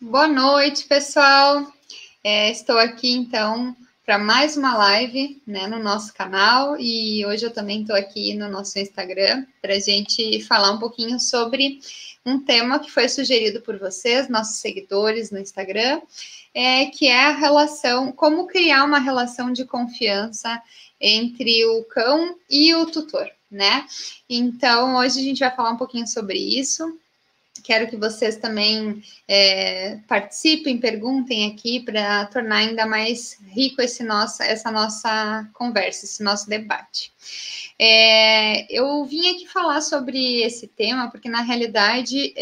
Boa noite, pessoal. Estou aqui, então, para mais uma live, né, no nosso canal. E hoje eu também estou aqui no nosso Instagram para a gente falar um pouquinho sobre um tema que foi sugerido por vocês, nossos seguidores no Instagram, que é a relação, como criar uma relação de confiança entre o cão e o tutor, né? Então, hoje a gente vai falar um pouquinho sobre isso. Quero que vocês também participem, perguntem aqui para tornar ainda mais rico essa nossa conversa, esse nosso debate. Eu vim aqui falar sobre esse tema, porque na realidade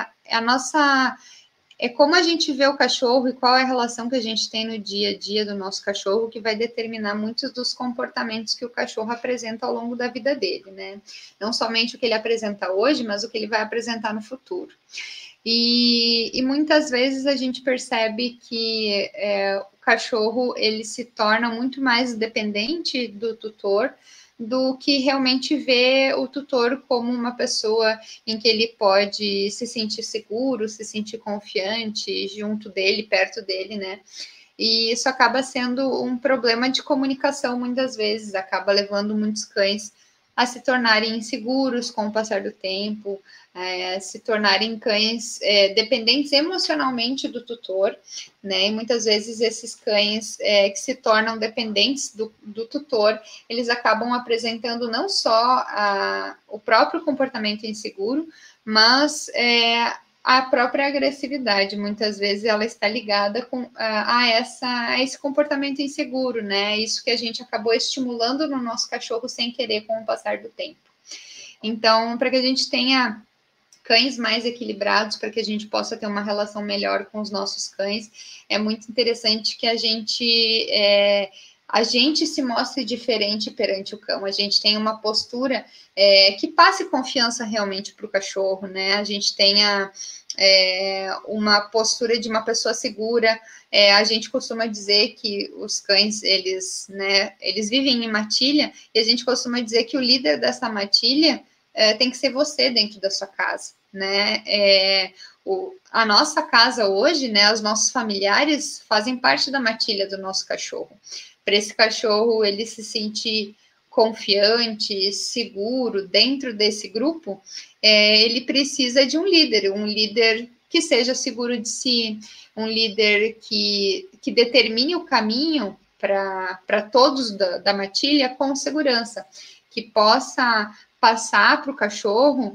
é como a gente vê o cachorro e qual é a relação que a gente tem no dia a dia do nosso cachorro que vai determinar muitos dos comportamentos que o cachorro apresenta ao longo da vida dele, né? Não somente o que ele apresenta hoje, mas o que ele vai apresentar no futuro. E muitas vezes a gente percebe que o cachorro ele se torna muito mais dependente do tutor do que realmente vê o tutor como uma pessoa em que ele pode se sentir seguro, se sentir confiante junto dele, perto dele, né? E isso acaba sendo um problema de comunicação muitas vezes, acaba levando muitos cães a se tornarem inseguros com o passar do tempo, se tornarem cães dependentes emocionalmente do tutor, né? E muitas vezes esses cães que se tornam dependentes do tutor, eles acabam apresentando não só o próprio comportamento inseguro, mas a própria agressividade, muitas vezes ela está ligada a esse comportamento inseguro, né? Isso que a gente acabou estimulando no nosso cachorro sem querer com o passar do tempo. Então, para que a gente tenha cães mais equilibrados, para que a gente possa ter uma relação melhor com os nossos cães, é muito interessante que a gente se mostre diferente perante o cão, a gente tem uma postura que passe confiança realmente para o cachorro, né? A gente tenha uma postura de uma pessoa segura. A gente costuma dizer que os cães, eles vivem em matilha, e a gente costuma dizer que o líder dessa matilha tem que ser você dentro da sua casa, né? A nossa casa hoje, né, os nossos familiares fazem parte da matilha do nosso cachorro. Para esse cachorro ele se sentir confiante, seguro dentro desse grupo, ele precisa de um líder que seja seguro de si, um líder que determine o caminho para todos da matilha com segurança, que possa passar para o cachorro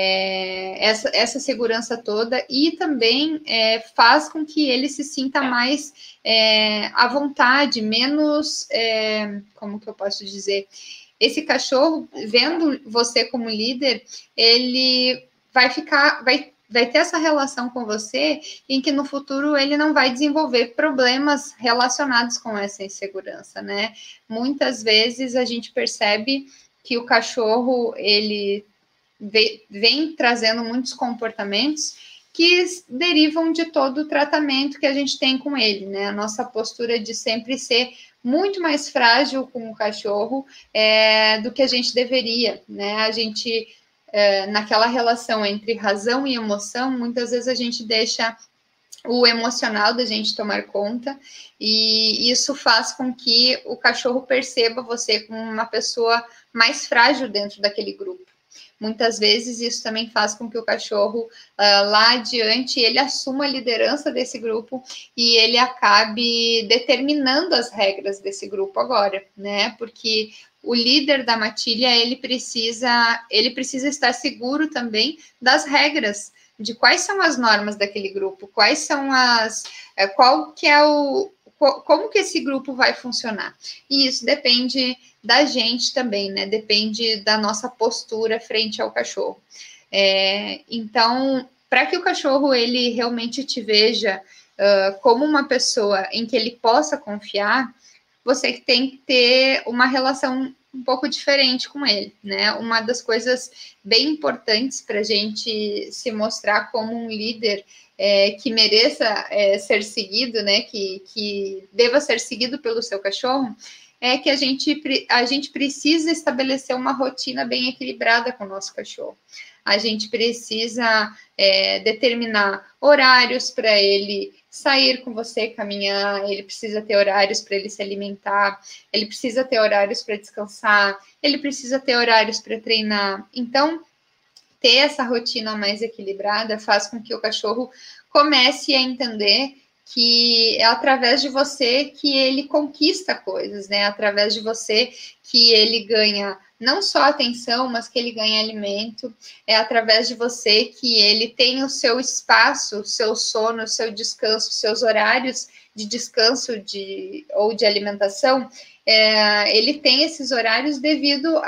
essa segurança toda e também faz com que ele se sinta mais à vontade, menos, como que eu posso dizer, esse cachorro, vendo você como líder, ele vai ter essa relação com você em que no futuro ele não vai desenvolver problemas relacionados com essa insegurança, né? Muitas vezes a gente percebe que o cachorro ele vem trazendo muitos comportamentos que derivam de todo o tratamento que a gente tem com ele, né? A nossa postura de sempre ser muito mais frágil com o cachorro do que a gente deveria, né? A gente, naquela relação entre razão e emoção, muitas vezes a gente deixa o emocional da gente tomar conta, e isso faz com que o cachorro perceba você como uma pessoa mais frágil dentro daquele grupo. Muitas vezes isso também faz com que o cachorro lá adiante ele assuma a liderança desse grupo e ele acabe determinando as regras desse grupo agora, né? Porque o líder da matilha ele precisa estar seguro também das regras, de quais são as normas daquele grupo, quais são como que esse grupo vai funcionar. E isso depende da gente também, né? Depende da nossa postura frente ao cachorro. Então, para que o cachorro ele realmente te veja como uma pessoa em que ele possa confiar, você tem que ter uma relação um pouco diferente com ele, né? Uma das coisas bem importantes para a gente se mostrar como um líder que mereça ser seguido, né? Que deva ser seguido pelo seu cachorro, é que a gente precisa estabelecer uma rotina bem equilibrada com o nosso cachorro. a gente precisa determinar horários para ele sair com você, caminhar, ele precisa ter horários para ele se alimentar, ele precisa ter horários para descansar, ele precisa ter horários para treinar. Então, ter essa rotina mais equilibrada faz com que o cachorro comece a entender que é através de você que ele conquista coisas, né? Através de você que ele ganha não só atenção, mas que ele ganha alimento. É através de você que ele tem o seu espaço, o seu sono, o seu descanso, seus horários de descanso ou de alimentação. Ele tem esses horários devido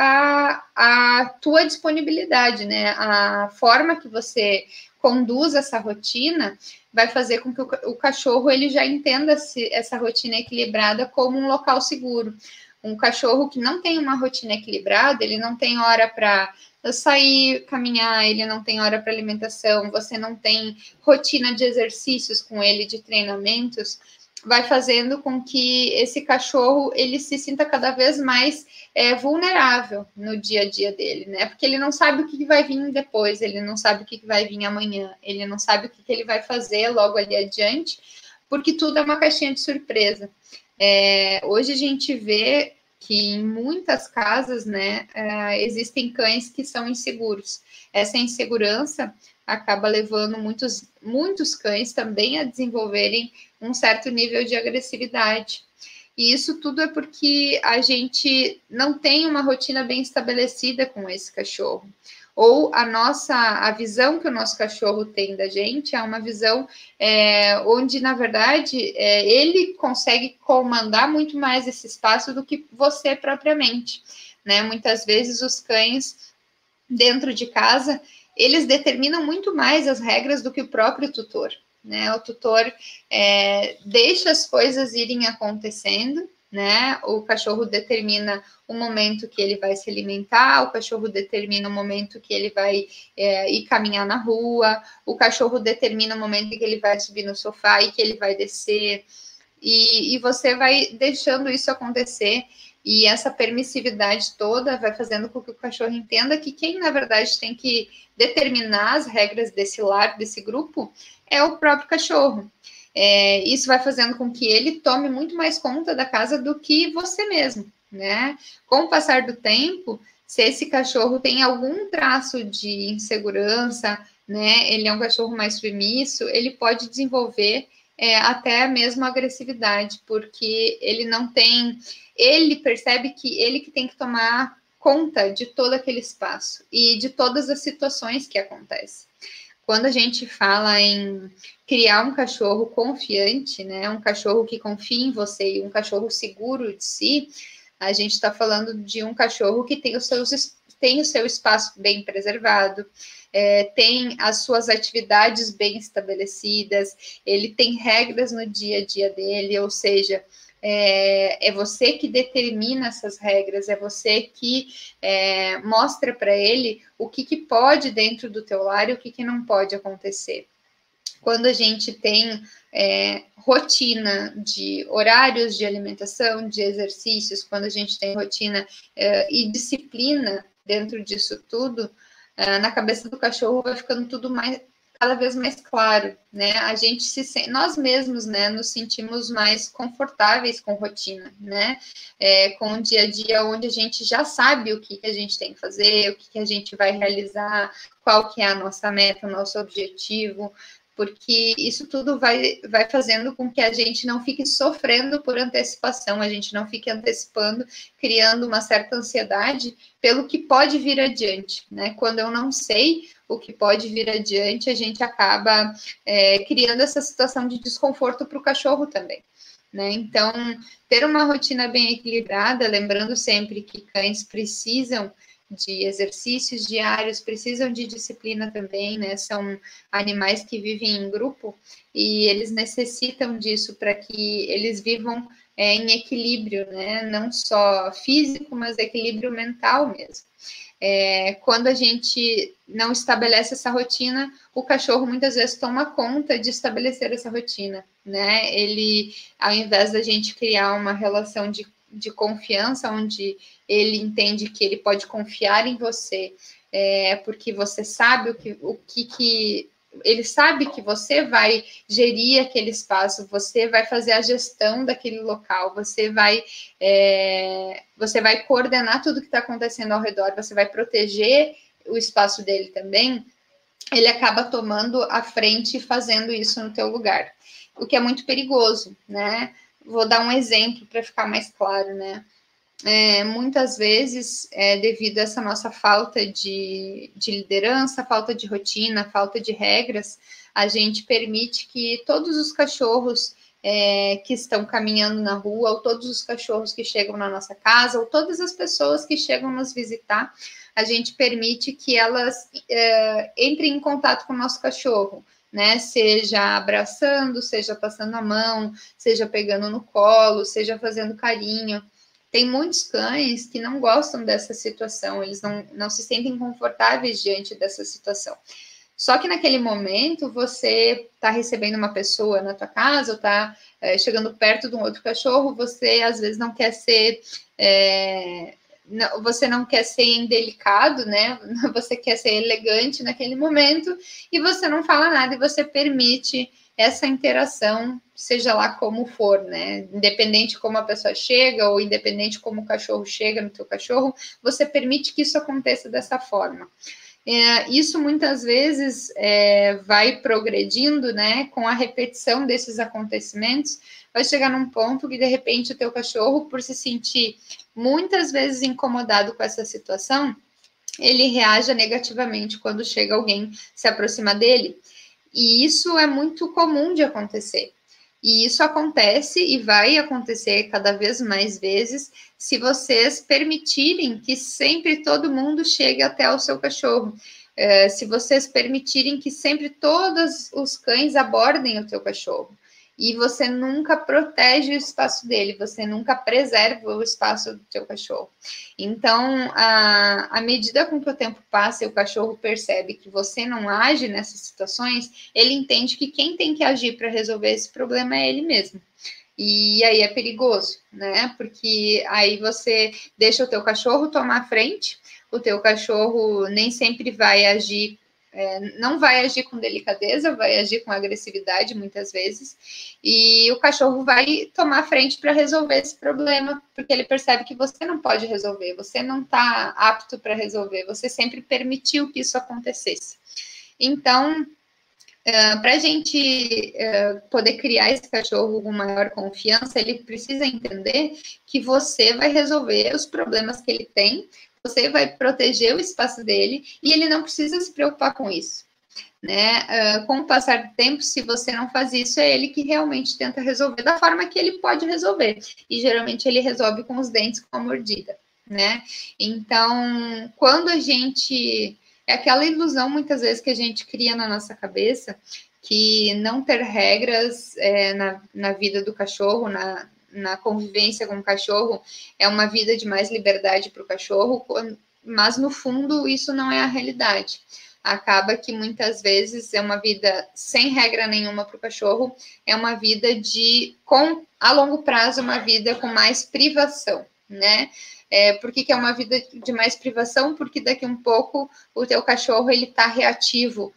à tua disponibilidade, né? A forma que você conduz essa rotina vai fazer com que o cachorro ele já entenda essa rotina equilibrada como um local seguro. Um cachorro que não tem uma rotina equilibrada, ele não tem hora para sair, caminhar, ele não tem hora para alimentação, você não tem rotina de exercícios com ele, de treinamentos, vai fazendo com que esse cachorro ele se sinta cada vez mais vulnerável no dia a dia dele, né? Porque ele não sabe o que vai vir depois, ele não sabe o que vai vir amanhã, ele não sabe o que ele vai fazer logo ali adiante, porque tudo é uma caixinha de surpresa. Hoje a gente vê que em muitas casas, né, existem cães que são inseguros. Essa insegurança acaba levando muitos cães também a desenvolverem um certo nível de agressividade. E isso tudo é porque a gente não tem uma rotina bem estabelecida com esse cachorro. Ou a visão que o nosso cachorro tem da gente é uma visão onde, na verdade, ele consegue comandar muito mais esse espaço do que você propriamente, né? Muitas vezes os cães dentro de casa, eles determinam muito mais as regras do que o próprio tutor, né? O tutor deixa as coisas irem acontecendo, né? O cachorro determina o momento que ele vai se alimentar, o cachorro determina o momento que ele vai ir caminhar na rua, o cachorro determina o momento que ele vai subir no sofá e que ele vai descer, e você vai deixando isso acontecer, e essa permissividade toda vai fazendo com que o cachorro entenda que quem, na verdade, tem que determinar as regras desse lar, desse grupo, é o próprio cachorro. Isso vai fazendo com que ele tome muito mais conta da casa do que você mesmo, né? Com o passar do tempo, se esse cachorro tem algum traço de insegurança, né? Ele é um cachorro mais submisso, ele pode desenvolver até mesmo agressividade, porque ele percebe que ele que tem que tomar conta de todo aquele espaço e de todas as situações que acontecem. Quando a gente fala em criar um cachorro confiante, né, um cachorro que confia em você e um cachorro seguro de si, a gente está falando de um cachorro que tem o seu espaço bem preservado, tem as suas atividades bem estabelecidas, ele tem regras no dia a dia dele, ou seja, é você que determina essas regras, é você que mostra para ele o que pode dentro do teu lar e o que não pode acontecer. Quando a gente tem rotina de horários de alimentação, de exercícios, quando a gente tem rotina e disciplina dentro disso tudo, na cabeça do cachorro vai ficando tudo cada vez mais claro, né? Nós mesmos, né, nos sentimos mais confortáveis com rotina, né? Com o dia a dia onde a gente já sabe o que a gente tem que fazer, o que a gente vai realizar, qual que é a nossa meta, o nosso objetivo, porque isso tudo vai fazendo com que a gente não fique sofrendo por antecipação, a gente não fique antecipando, criando uma certa ansiedade pelo que pode vir adiante, né? Quando eu não sei o que pode vir adiante, a gente acaba criando essa situação de desconforto para o cachorro também, né? Então, ter uma rotina bem equilibrada, lembrando sempre que cães precisam de exercícios diários, precisam de disciplina também, né? São animais que vivem em grupo e eles necessitam disso para que eles vivam em equilíbrio, né? Não só físico, mas equilíbrio mental mesmo. Quando a gente não estabelece essa rotina, o cachorro muitas vezes toma conta de estabelecer essa rotina, né? Ele, ao invés da gente criar uma relação de confiança, onde ele entende que ele pode confiar em você porque você sabe o que ele sabe que você vai gerir aquele espaço, você vai fazer a gestão daquele local, você vai coordenar tudo que está acontecendo ao redor, você vai proteger o espaço dele também. Ele acaba tomando a frente e fazendo isso no teu lugar, o que é muito perigoso, né? Vou dar um exemplo para ficar mais claro, né? Muitas vezes, devido a essa nossa falta de liderança, falta de rotina, falta de regras, a gente permite que todos os cachorros que estão caminhando na rua, ou todos os cachorros que chegam na nossa casa, ou todas as pessoas que chegam nos visitar, a gente permite que elas entrem em contato com o nosso cachorro, né? Seja abraçando, seja passando a mão, seja pegando no colo, seja fazendo carinho. Tem muitos cães que não gostam dessa situação, eles não se sentem confortáveis diante dessa situação. Só que naquele momento você está recebendo uma pessoa na tua casa, ou está chegando perto de um outro cachorro, você às vezes não quer ser... você não quer ser indelicado, né? Você quer ser elegante naquele momento, e você não fala nada, e você permite essa interação, seja lá como for, né? Independente como a pessoa chega, ou independente como o cachorro chega no teu cachorro, você permite que isso aconteça dessa forma. Isso muitas vezes vai progredindo, né? Com a repetição desses acontecimentos, vai chegar num ponto que, de repente, o teu cachorro, por se sentir muitas vezes incomodado com essa situação, ele reage negativamente quando chega alguém se aproximar dele. E isso é muito comum de acontecer. E isso acontece e vai acontecer cada vez mais vezes se vocês permitirem que sempre todo mundo chegue até o seu cachorro. Se vocês permitirem que sempre todos os cães abordem o teu cachorro. E você nunca protege o espaço dele, você nunca preserva o espaço do teu cachorro. Então, à medida com que o tempo passa e o cachorro percebe que você não age nessas situações, ele entende que quem tem que agir para resolver esse problema é ele mesmo. E aí é perigoso, né? Porque aí você deixa o teu cachorro tomar a frente, o teu cachorro nem sempre vai agir, não vai agir com delicadeza, vai agir com agressividade muitas vezes, e o cachorro vai tomar a frente para resolver esse problema, porque ele percebe que você não pode resolver, você não está apto para resolver, você sempre permitiu que isso acontecesse. Então, para a gente poder criar esse cachorro com maior confiança, ele precisa entender que você vai resolver os problemas que ele tem, você vai proteger o espaço dele, e ele não precisa se preocupar com isso, né? Com o passar do tempo, se você não faz isso, é ele que realmente tenta resolver da forma que ele pode resolver, e geralmente ele resolve com os dentes, com a mordida, né? Então, quando a gente... É aquela ilusão, muitas vezes, que a gente cria na nossa cabeça, que não ter regras na vida do cachorro, na convivência com o cachorro, é uma vida de mais liberdade para o cachorro, mas, no fundo, isso não é a realidade. Acaba que, muitas vezes, é uma vida sem regra nenhuma para o cachorro, é uma vida a longo prazo, uma vida com mais privação, né? Por que é uma vida de mais privação? Porque daqui um pouco o teu cachorro ele está reativo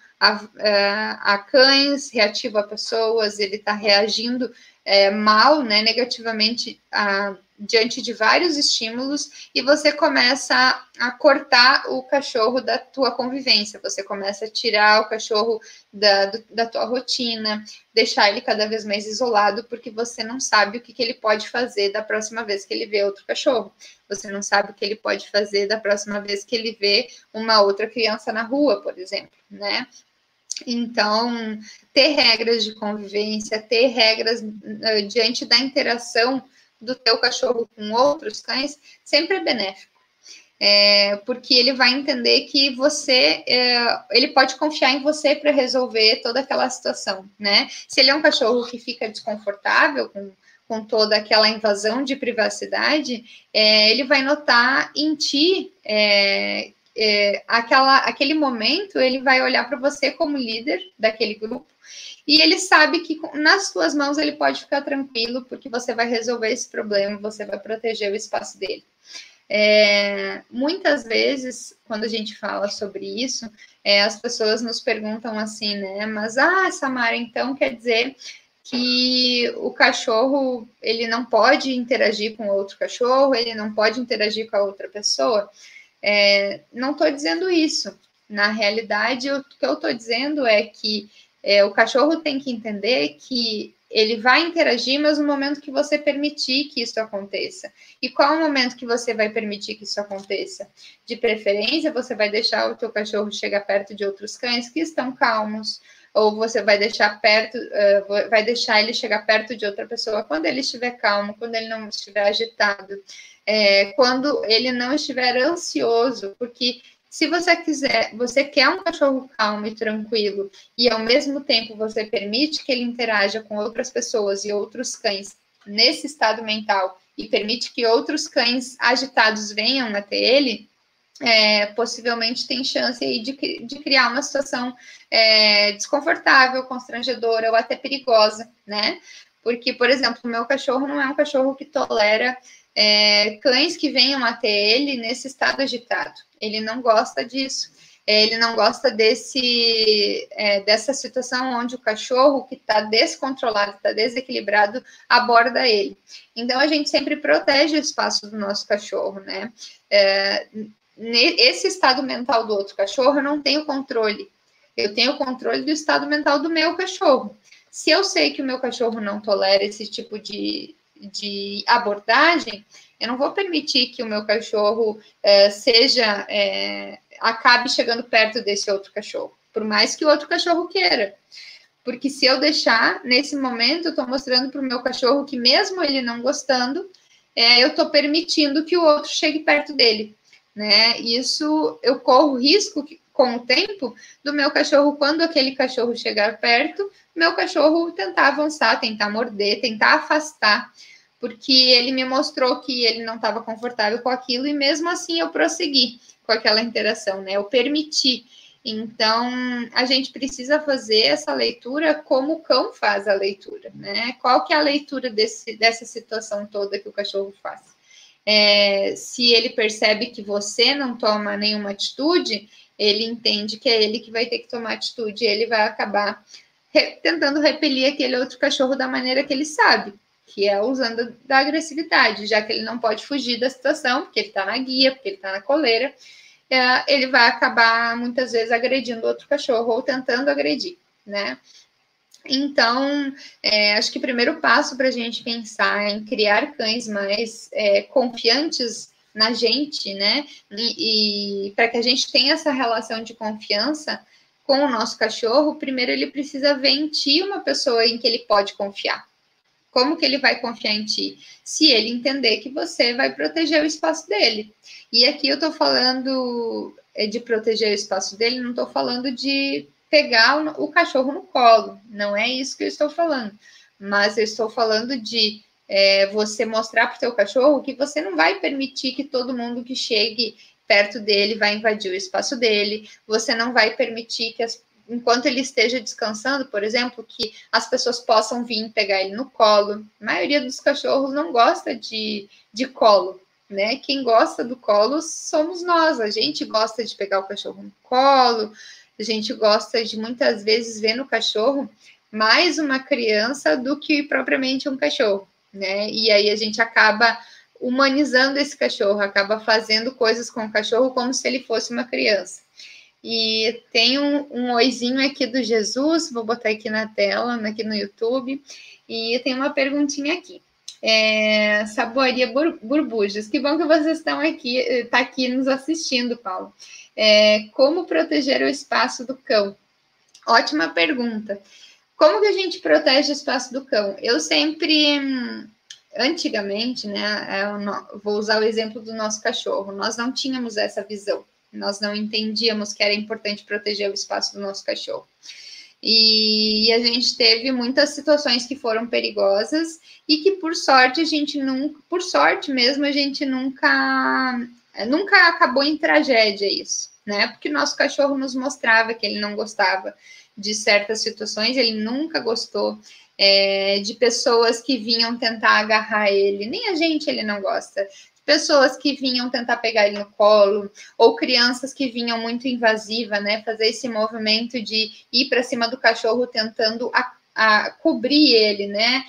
a cães, reativo a pessoas, ele está reagindo mal, né, negativamente diante de vários estímulos, e você começa a cortar o cachorro da tua convivência, você começa a tirar o cachorro da tua rotina, deixar ele cada vez mais isolado, porque você não sabe o que ele pode fazer da próxima vez que ele vê outro cachorro, você não sabe o que ele pode fazer da próxima vez que ele vê uma outra criança na rua, por exemplo, né? Então, ter regras de convivência, ter regras diante da interação do teu cachorro com outros cães, sempre é benéfico. Porque ele vai entender que ele pode confiar em você para resolver toda aquela situação, né? Se ele é um cachorro que fica desconfortável com toda aquela invasão de privacidade, ele vai notar em ti aquele momento, ele vai olhar para você como líder daquele grupo, e ele sabe que nas suas mãos ele pode ficar tranquilo, porque você vai resolver esse problema, você vai proteger o espaço dele. Muitas vezes, quando a gente fala sobre isso, as pessoas nos perguntam assim, né? Mas, Samara, então quer dizer que o cachorro, ele não pode interagir com outro cachorro, ele não pode interagir com a outra pessoa? Não estou dizendo isso. Na realidade, o que eu estou dizendo é que o cachorro tem que entender que ele vai interagir, mas no momento que você permitir que isso aconteça. E qual é o momento que você vai permitir que isso aconteça? De preferência, você vai deixar o teu cachorro chegar perto de outros cães que estão calmos, ou você vai deixar ele chegar perto de outra pessoa quando ele estiver calmo, quando ele não estiver agitado, quando ele não estiver ansioso, porque se você quer um cachorro calmo e tranquilo, e ao mesmo tempo você permite que ele interaja com outras pessoas e outros cães nesse estado mental, e permite que outros cães agitados venham até ele, possivelmente tem chance aí de criar uma situação desconfortável, constrangedora ou até perigosa, né? Porque, por exemplo, o meu cachorro não é um cachorro que tolera cães que venham até ele nesse estado agitado. Ele não gosta disso. Ele não gosta dessa situação onde o cachorro que está descontrolado, está desequilibrado, aborda ele. Então, a gente sempre protege o espaço do nosso cachorro, né? Esse estado mental do outro cachorro, eu não tenho controle. Eu tenho controle do estado mental do meu cachorro. Se eu sei que o meu cachorro não tolera esse tipo de abordagem, eu não vou permitir que o meu cachorro acabe chegando perto desse outro cachorro, por mais que o outro cachorro queira. Porque se eu deixar, nesse momento, eu estou mostrando para o meu cachorro que mesmo ele não gostando, eu estou permitindo que o outro chegue perto dele, né? Isso eu corro risco com o tempo do meu cachorro, quando aquele cachorro chegar perto, meu cachorro tentar avançar, tentar morder, tentar afastar, porque ele me mostrou que ele não estava confortável com aquilo, e mesmo assim eu prossegui com aquela interação, né? Eu permiti. Então, a gente precisa fazer essa leitura como o cão faz a leitura, né? Qual que é a leitura dessa situação toda que o cachorro faz? Se ele percebe que você não toma nenhuma atitude, ele entende que é ele que vai ter que tomar atitude, ele vai acabar tentando repelir aquele outro cachorro da maneira que ele sabe, que é usando da agressividade, já que ele não pode fugir da situação, porque ele está na guia, porque ele está na coleira, ele vai acabar muitas vezes agredindo outro cachorro ou tentando agredir, né? Então, acho que o primeiro passo para a gente pensar em criar cães mais confiantes na gente, né? E para que a gente tenha essa relação de confiança com o nosso cachorro, primeiro ele precisa ver em ti uma pessoa em que ele pode confiar. Como que ele vai confiar em ti? Se ele entender que você vai proteger o espaço dele. E aqui eu estou falando de proteger o espaço dele, não estou falando de pegar o cachorro no colo. Não é isso que eu estou falando. Mas eu estou falando de você mostrar para o teu cachorro que você não vai permitir que todo mundo que chegue perto dele vai invadir o espaço dele. Você não vai permitir que enquanto ele esteja descansando, por exemplo, que as pessoas possam vir pegar ele no colo. A maioria dos cachorros não gosta de colo, né? Quem gosta do colo somos nós. A gente gosta de pegar o cachorro no colo, a gente gosta de muitas vezes ver no cachorro mais uma criança do que propriamente um cachorro, né? E aí a gente acaba humanizando esse cachorro, acaba fazendo coisas com o cachorro como se ele fosse uma criança. E tem um oizinho aqui do Jesus, vou botar aqui na tela, aqui no YouTube, e tem uma perguntinha aqui. Saboaria Burbujas, que bom que vocês estão aqui, tá aqui nos assistindo, Paulo. Como proteger o espaço do cão? Ótima pergunta. Como que a gente protege o espaço do cão? Eu sempre, antigamente, né, vou usar o exemplo do nosso cachorro, nós não tínhamos essa visão. Nós não entendíamos que era importante proteger o espaço do nosso cachorro. E a gente teve muitas situações que foram perigosas e que, por sorte, a gente nunca acabou em tragédia isso, né? Porque o nosso cachorro nos mostrava que ele não gostava de certas situações, ele nunca gostou de pessoas que vinham tentar agarrar ele, nem a gente ele não gosta. pessoas que vinham tentar pegar ele no colo, ou crianças que vinham muito invasiva, né, fazer esse movimento de ir para cima do cachorro tentando a cobrir ele, né,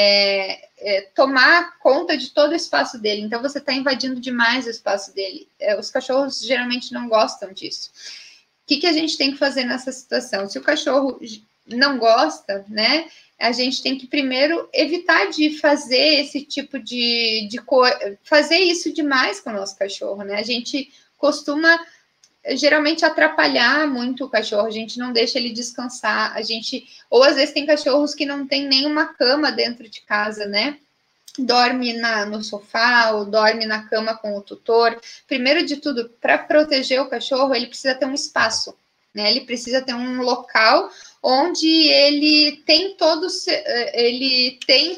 tomar conta de todo o espaço dele. Então, você está invadindo demais o espaço dele. Os cachorros geralmente não gostam disso. O que a gente tem que fazer nessa situação? Se o cachorro não gosta, né, a gente tem que primeiro evitar de fazer esse tipo fazer isso demais com o nosso cachorro, né? A gente costuma geralmente atrapalhar muito o cachorro, a gente não deixa ele descansar, ou às vezes tem cachorros que não tem nenhuma cama dentro de casa, né? Dorme no sofá ou dorme na cama com o tutor. Primeiro de tudo, para proteger o cachorro, ele precisa ter um espaço, né? Ele precisa ter um local onde ele tem todos, ele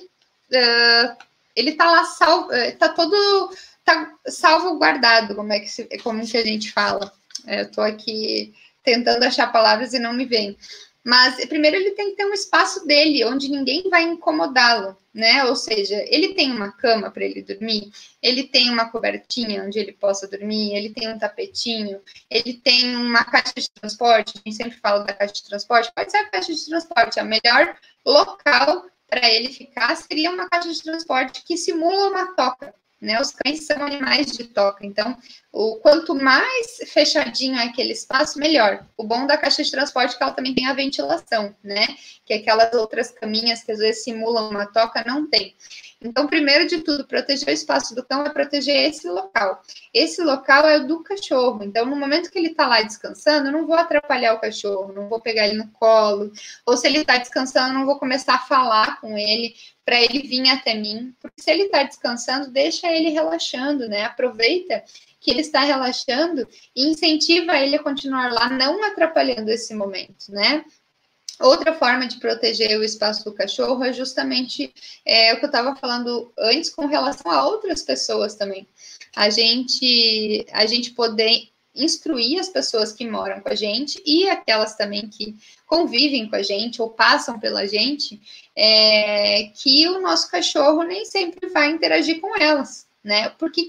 tá lá salvo, tá salvaguardado, como que a gente fala? Eu tô aqui tentando achar palavras e não me vem. Mas primeiro ele tem que ter um espaço dele, onde ninguém vai incomodá-lo, né? Ou seja, ele tem uma cama para ele dormir, ele tem uma cobertinha onde ele possa dormir, ele tem um tapetinho, ele tem uma caixa de transporte, a gente sempre fala da caixa de transporte, pode ser a caixa de transporte, o melhor local para ele ficar seria uma caixa de transporte que simula uma toca, né? Os cães são animais de toca, então quanto mais fechadinho é aquele espaço, melhor. O bom da caixa de transporte é que ela também tem a ventilação, né? Que aquelas outras caminhas que às vezes simulam uma toca não tem. Então, primeiro de tudo, proteger o espaço do cão é proteger esse local. Esse local é o do cachorro. Então, no momento que ele está lá descansando, eu não vou atrapalhar o cachorro, não vou pegar ele no colo. Ou se ele está descansando, eu não vou começar a falar com ele para ele vir até mim. Porque se ele está descansando, deixa ele relaxando, né? Aproveita que ele está relaxando e incentiva ele a continuar lá, não atrapalhando esse momento, né? Outra forma de proteger o espaço do cachorro é justamente o que eu estava falando antes com relação a outras pessoas também. A gente poder instruir as pessoas que moram com a gente e aquelas também que convivem com a gente ou passam pela gente, que o nosso cachorro nem sempre vai interagir com elas, né? Por que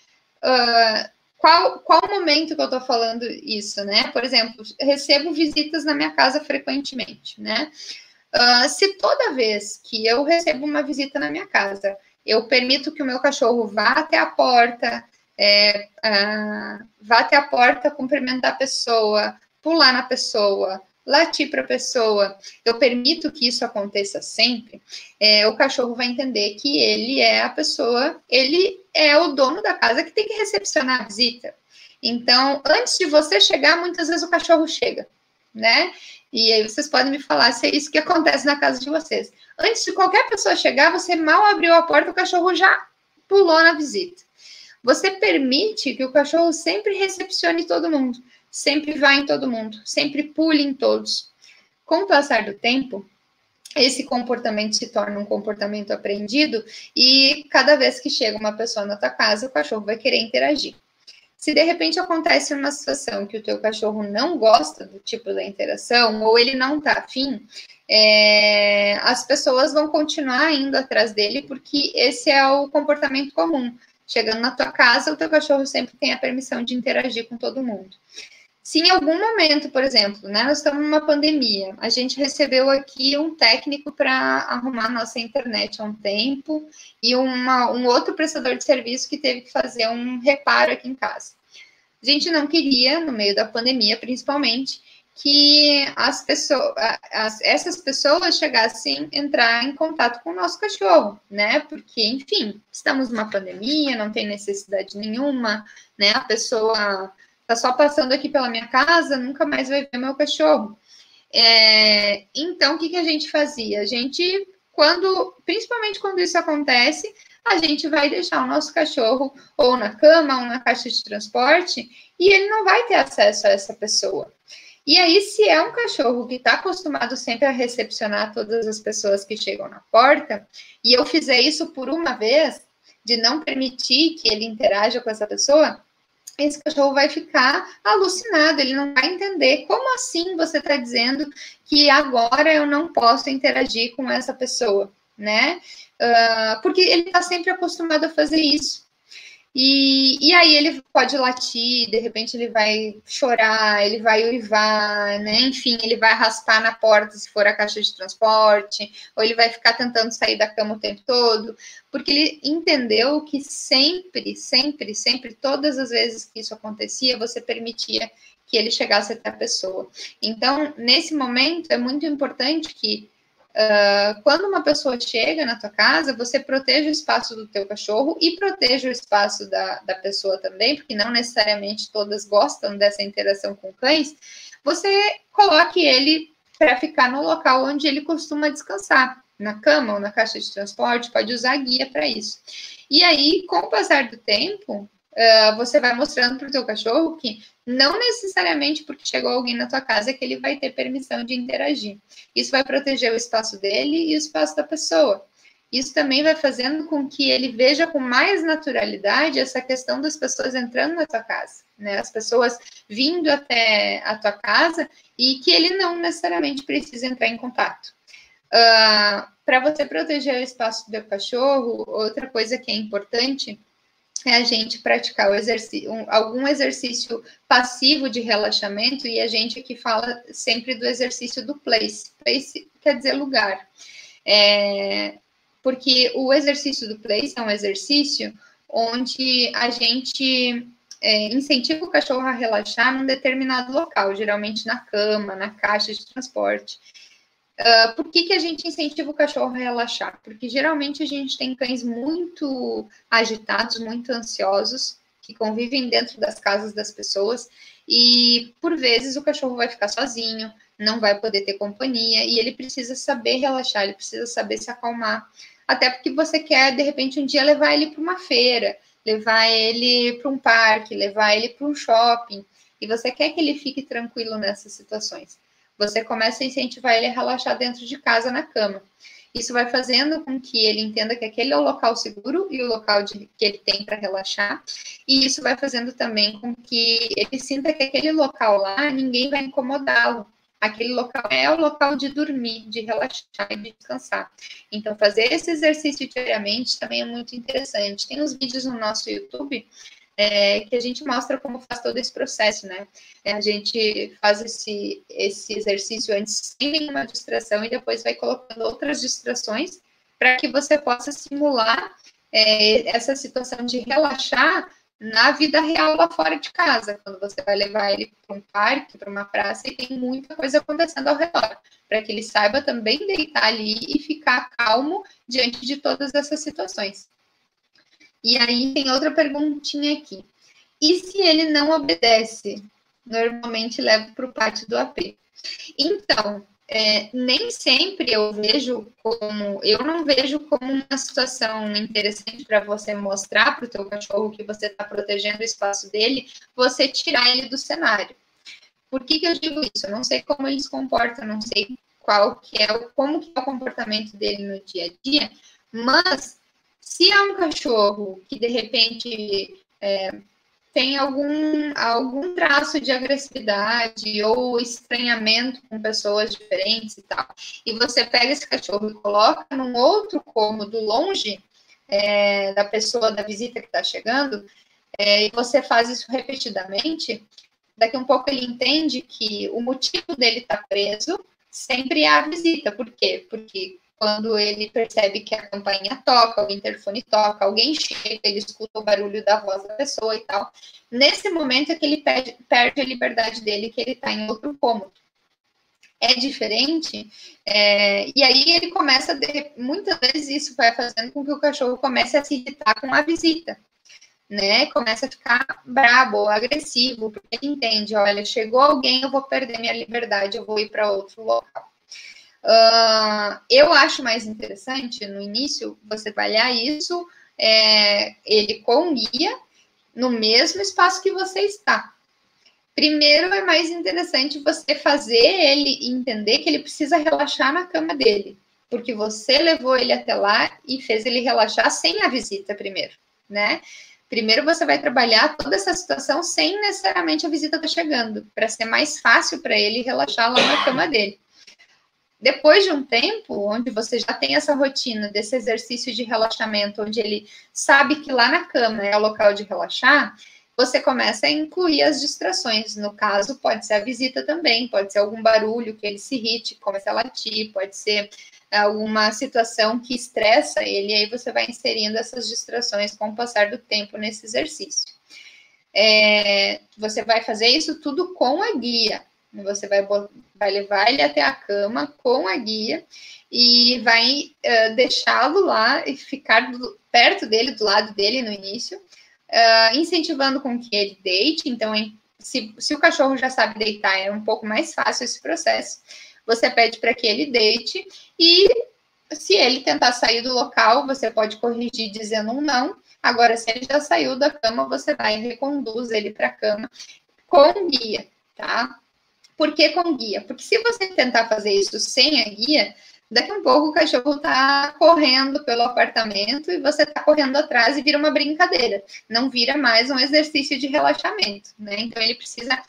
qual momento que eu tô falando isso, né? Por exemplo, recebo visitas na minha casa frequentemente, né? Se toda vez que eu recebo uma visita na minha casa, eu permito que o meu cachorro vá até a porta, cumprimentar a pessoa, pular na pessoa, latir para a pessoa, eu permito que isso aconteça sempre, o cachorro vai entender que ele é a pessoa, ele é o dono da casa que tem que recepcionar a visita. Então, antes de você chegar, muitas vezes o cachorro chega, né? E aí vocês podem me falar se é isso que acontece na casa de vocês. Antes de qualquer pessoa chegar, você mal abriu a porta, o cachorro já pulou na visita. Você permite que o cachorro sempre recepcione todo mundo, sempre vá em todo mundo, sempre pule em todos. Com o passar do tempo, esse comportamento se torna um comportamento aprendido e cada vez que chega uma pessoa na tua casa, o cachorro vai querer interagir. Se de repente acontece uma situação que o teu cachorro não gosta do tipo da interação ou ele não tá afim, as pessoas vão continuar indo atrás dele porque esse é o comportamento comum. Chegando na tua casa, o teu cachorro sempre tem a permissão de interagir com todo mundo. Se em algum momento, por exemplo, né, nós estamos numa pandemia, a gente recebeu aqui um técnico para arrumar nossa internet há um tempo e um outro prestador de serviço que teve que fazer um reparo aqui em casa. A gente não queria, no meio da pandemia principalmente, que essas pessoas chegassem a entrar em contato com o nosso cachorro, né? Porque, enfim, estamos numa pandemia, não tem necessidade nenhuma, né? A pessoa tá só passando aqui pela minha casa, nunca mais vai ver meu cachorro. Então, o que a gente fazia? A gente, principalmente quando isso acontece, a gente vai deixar o nosso cachorro ou na cama ou na caixa de transporte e ele não vai ter acesso a essa pessoa. E aí, se é um cachorro que está acostumado sempre a recepcionar todas as pessoas que chegam na porta, e eu fizer isso por uma vez, de não permitir que ele interaja com essa pessoa, esse cachorro vai ficar alucinado, ele não vai entender como assim você está dizendo que agora eu não posso interagir com essa pessoa, né? Porque ele está sempre acostumado a fazer isso. E aí ele pode latir, de repente ele vai chorar, ele vai uivar, né? Enfim, ele vai raspar na porta se for a caixa de transporte, ou ele vai ficar tentando sair da cama o tempo todo, porque ele entendeu que sempre, sempre, sempre, todas as vezes que isso acontecia, você permitia que ele chegasse até a pessoa. Então, nesse momento, é muito importante que quando uma pessoa chega na tua casa, você proteja o espaço do teu cachorro e proteja o espaço da pessoa também, porque não necessariamente todas gostam dessa interação com cães. Você coloque ele para ficar no local onde ele costuma descansar, na cama ou na caixa de transporte, pode usar guia para isso. E aí, com o passar do tempo, você vai mostrando para o teu cachorro que não necessariamente porque chegou alguém na tua casa que ele vai ter permissão de interagir. Isso vai proteger o espaço dele e o espaço da pessoa. Isso também vai fazendo com que ele veja com mais naturalidade essa questão das pessoas entrando na tua casa, né? As pessoas vindo até a tua casa e que ele não necessariamente precisa entrar em contato. Para você proteger o espaço do teu cachorro, outra coisa que é importante é a gente praticar algum exercício passivo de relaxamento, e a gente aqui fala sempre do exercício do place. Place quer dizer lugar. Porque o exercício do place é um exercício onde a gente incentiva o cachorro a relaxar num determinado local, geralmente na cama, na caixa de transporte. Por que a gente incentiva o cachorro a relaxar? Porque geralmente a gente tem cães muito agitados, muito ansiosos, que convivem dentro das casas das pessoas, e por vezes o cachorro vai ficar sozinho, não vai poder ter companhia, e ele precisa saber relaxar, ele precisa saber se acalmar. Até porque você quer, de repente, um dia levar ele para uma feira, levar ele para um parque, levar ele para um shopping, e você quer que ele fique tranquilo nessas situações. Você começa a incentivar ele a relaxar dentro de casa, na cama. Isso vai fazendo com que ele entenda que aquele é o local seguro e o local que ele tem para relaxar. E isso vai fazendo também com que ele sinta que aquele local lá, ninguém vai incomodá-lo. Aquele local é o local de dormir, de relaxar e de descansar. Então, fazer esse exercício diariamente também é muito interessante. Tem uns vídeos no nosso YouTube que a gente mostra como faz todo esse processo, né? A gente faz esse exercício antes sem nenhuma distração e depois vai colocando outras distrações para que você possa simular essa situação de relaxar na vida real lá fora de casa, quando você vai levar ele para um parque, para uma praça e tem muita coisa acontecendo ao redor, para que ele saiba também deitar ali e ficar calmo diante de todas essas situações. E aí tem outra perguntinha aqui. E se ele não obedece? Normalmente levo para o pátio do AP. Então, nem sempre eu não vejo como uma situação interessante para você mostrar para o teu cachorro que você está protegendo o espaço dele, você tirar ele do cenário. Por que eu digo isso? Eu não sei como ele se comporta, não sei como que é o comportamento dele no dia a dia, mas se é um cachorro que, de repente, tem algum traço de agressividade ou estranhamento com pessoas diferentes e tal, e você pega esse cachorro e coloca num outro cômodo longe da pessoa, da visita que está chegando, e você faz isso repetidamente, daqui a um pouco ele entende que o motivo dele estar preso sempre é a visita. Por quê? Porque quando ele percebe que a campainha toca, o interfone toca, alguém chega, ele escuta o barulho da voz da pessoa e tal. Nesse momento é que ele perde a liberdade dele, que ele está em outro cômodo. É diferente, e aí ele começa, muitas vezes isso vai fazendo com que o cachorro comece a se irritar com a visita, né? Começa a ficar brabo ou agressivo, porque ele entende, olha, chegou alguém, eu vou perder minha liberdade, eu vou ir para outro local. Eu acho mais interessante, no início, você trabalhar isso, ele com guia, no mesmo espaço que você está. Primeiro, é mais interessante você fazer ele entender que ele precisa relaxar na cama dele, porque você levou ele até lá e fez ele relaxar sem a visita primeiro, né? Primeiro você vai trabalhar toda essa situação sem necessariamente a visita estar chegando, para ser mais fácil para ele relaxar lá na cama dele. Depois de um tempo, onde você já tem essa rotina desse exercício de relaxamento, onde ele sabe que lá na cama é o local de relaxar, você começa a incluir as distrações. No caso, pode ser a visita também, pode ser algum barulho que ele se irrite, comece a latir, pode ser alguma situação que estressa ele, e aí você vai inserindo essas distrações com o passar do tempo nesse exercício. Você vai fazer isso tudo com a guia. Você vai levar ele até a cama com a guia e vai deixá-lo lá e ficar perto dele, do lado dele no início, incentivando com que ele deite. Então, se o cachorro já sabe deitar, é um pouco mais fácil esse processo. Você pede para que ele deite e, se ele tentar sair do local, você pode corrigir dizendo um não. Agora, se ele já saiu da cama, você vai e reconduz ele para a cama com guia, tá? Por que com guia? Porque se você tentar fazer isso sem a guia, daqui a um pouco o cachorro está correndo pelo apartamento e você está correndo atrás e vira uma brincadeira. Não vira mais um exercício de relaxamento, né? Então, ele precisa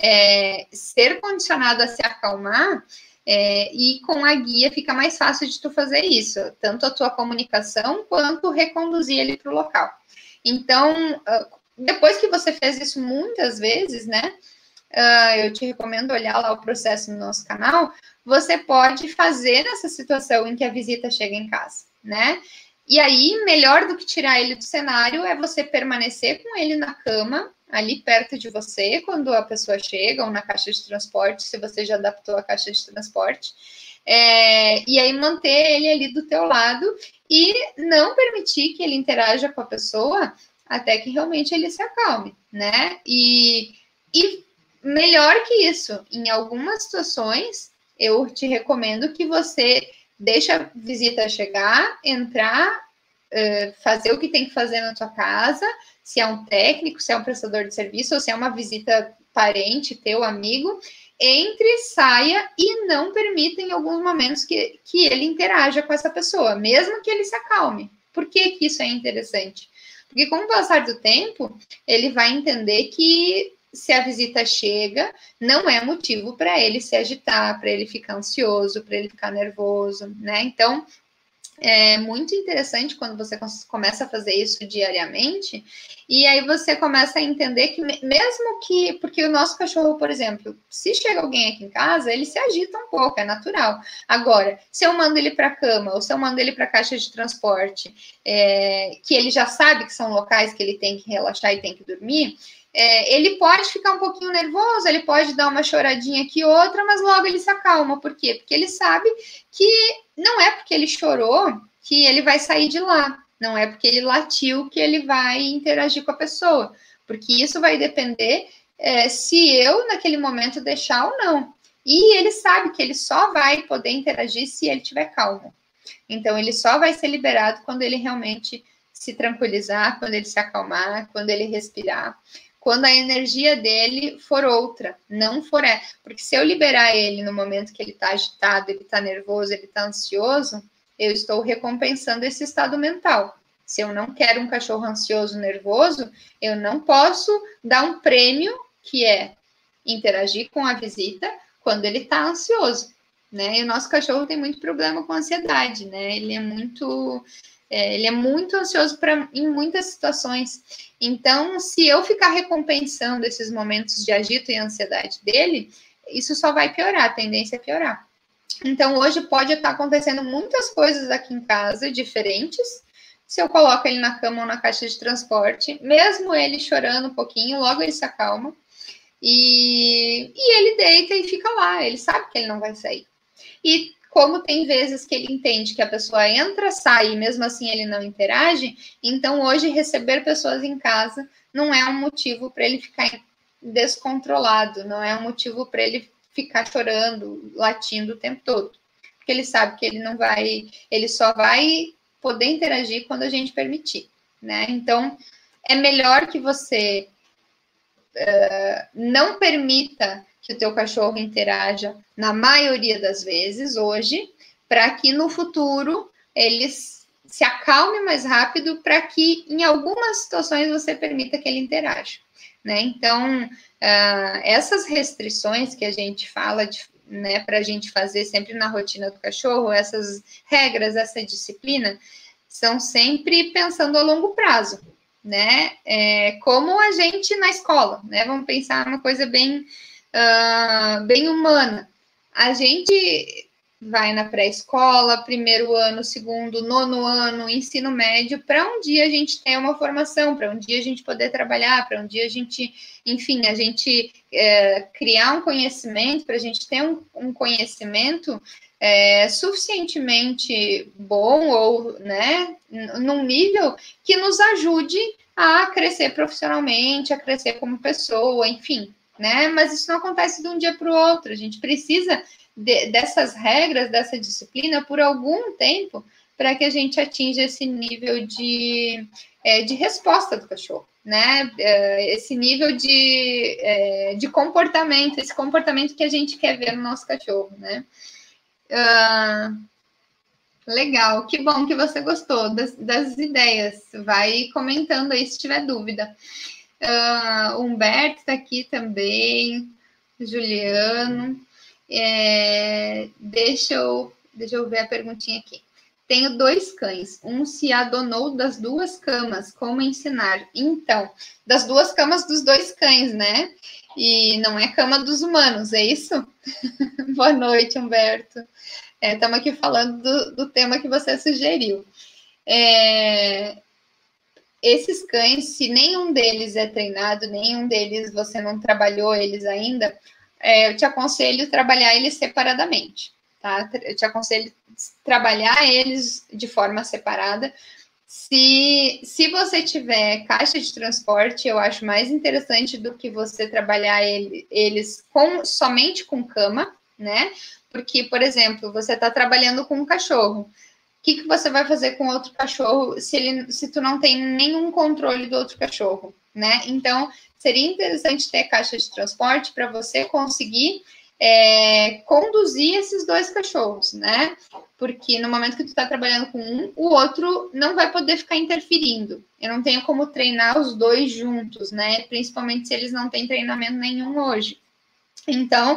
ser condicionado a se acalmar, e com a guia fica mais fácil de tu fazer isso, tanto a tua comunicação quanto reconduzir ele para o local. Então, depois que você fez isso muitas vezes, né, eu te recomendo olhar lá o processo no nosso canal, você pode fazer nessa situação em que a visita chega em casa, né? E aí, melhor do que tirar ele do cenário é você permanecer com ele na cama, ali perto de você, quando a pessoa chega, ou na caixa de transporte, se você já adaptou a caixa de transporte, e aí manter ele ali do teu lado e não permitir que ele interaja com a pessoa até que realmente ele se acalme, né? E melhor que isso, em algumas situações, eu te recomendo que você deixe a visita chegar, entrar, fazer o que tem que fazer na tua casa, se é um técnico, se é um prestador de serviço, ou se é uma visita parente, teu amigo, entre, saia e não permita em alguns momentos que ele interaja com essa pessoa, mesmo que ele se acalme. Por que isso é interessante? Porque com o passar do tempo, ele vai entender que se a visita chega, não é motivo para ele se agitar, para ele ficar ansioso, para ele ficar nervoso, né? Então, é muito interessante quando você começa a fazer isso diariamente, e aí você começa a entender que mesmo que... Porque o nosso cachorro, por exemplo, se chega alguém aqui em casa, ele se agita um pouco, é natural. Agora, se eu mando ele para a cama, ou se eu mando ele para a caixa de transporte, que ele já sabe que são locais que ele tem que relaxar e tem que dormir, ele pode ficar um pouquinho nervoso, ele pode dar uma choradinha aqui outra, mas logo ele se acalma. Por quê? Porque ele sabe que não é porque ele chorou que ele vai sair de lá. Não é porque ele latiu que ele vai interagir com a pessoa. Porque isso vai depender se eu, naquele momento, deixar ou não. E ele sabe que ele só vai poder interagir se ele estiver calmo. Então, ele só vai ser liberado quando ele realmente se tranquilizar, quando ele se acalmar, quando ele respirar, quando a energia dele for outra, não for porque se eu liberar ele no momento que ele está agitado, ele está nervoso, ele está ansioso, eu estou recompensando esse estado mental. Se eu não quero um cachorro ansioso, nervoso, eu não posso dar um prêmio, que é interagir com a visita quando ele está ansioso, né? E o nosso cachorro tem muito problema com ansiedade, né? Ele é muito ansioso em muitas situações. Então, se eu ficar recompensando esses momentos de agito e ansiedade dele, isso só vai piorar, a tendência é piorar. Então, hoje pode estar acontecendo muitas coisas aqui em casa diferentes. Se eu coloco ele na cama ou na caixa de transporte, mesmo ele chorando um pouquinho, logo ele se acalma. E ele deita e fica lá, ele sabe que ele não vai sair. E como tem vezes que ele entende que a pessoa entra, sai, e mesmo assim ele não interage, então hoje receber pessoas em casa não é um motivo para ele ficar descontrolado, não é um motivo para ele ficar chorando, latindo o tempo todo. Porque ele sabe que ele só vai poder interagir quando a gente permitir, né? Então, é melhor que você não permita que o teu cachorro interaja na maioria das vezes hoje, para que no futuro ele se acalme mais rápido, para que em algumas situações você permita que ele interaja, né? Então, essas restrições que a gente fala né, para a gente fazer sempre na rotina do cachorro, essas regras, essa disciplina, são sempre pensando a longo prazo, né? Como a gente na escola, né? Vamos pensar uma coisa bem, bem humana. A gente vai na pré-escola, primeiro ano, segundo, nono ano, ensino médio, para um dia a gente ter uma formação, para um dia a gente poder trabalhar, para um dia a gente, enfim, a gente criar um conhecimento, para a gente ter um conhecimento suficientemente bom ou, né, num nível que nos ajude a crescer profissionalmente, a crescer como pessoa, enfim, né? Mas isso não acontece de um dia para o outro. A gente precisa dessas regras, dessa disciplina por algum tempo para que a gente atinja esse nível de resposta do cachorro, né? Esse nível de comportamento, esse comportamento que a gente quer ver no nosso cachorro, né? Legal, que bom que você gostou das ideias. Vai comentando aí se tiver dúvida. Humberto está aqui também, Juliano. Deixa eu ver a perguntinha aqui. Tenho 2 cães, um se adonou das 2 camas, como ensinar? Então, das 2 camas dos 2 cães, né? E não é cama dos humanos, é isso? Boa noite, Humberto. Estamos aqui falando do tema que você sugeriu. Esses cães, se nenhum deles é treinado, nenhum deles você não trabalhou eles ainda, eu te aconselho trabalhar eles separadamente, tá? Eu te aconselho trabalhar eles de forma separada. Se você tiver caixa de transporte, eu acho mais interessante do que você trabalhar eles somente com cama, né? Porque, por exemplo, você está trabalhando com um cachorro. O que você vai fazer com outro cachorro se tu não tem nenhum controle do outro cachorro, né? Então, seria interessante ter caixa de transporte para você conseguir conduzir esses 2 cachorros, né? Porque no momento que tu está trabalhando com um, o outro não vai poder ficar interferindo. Eu não tenho como treinar os 2 juntos, né? Principalmente se eles não têm treinamento nenhum hoje. Então,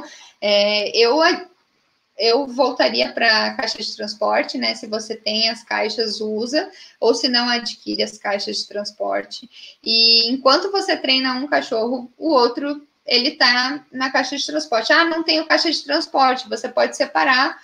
eu voltaria para a caixa de transporte, né? Se você tem as caixas, usa, ou se não, adquire as caixas de transporte. E enquanto você treina um cachorro, o outro, ele tá na caixa de transporte. Não tenho caixa de transporte. Você pode separar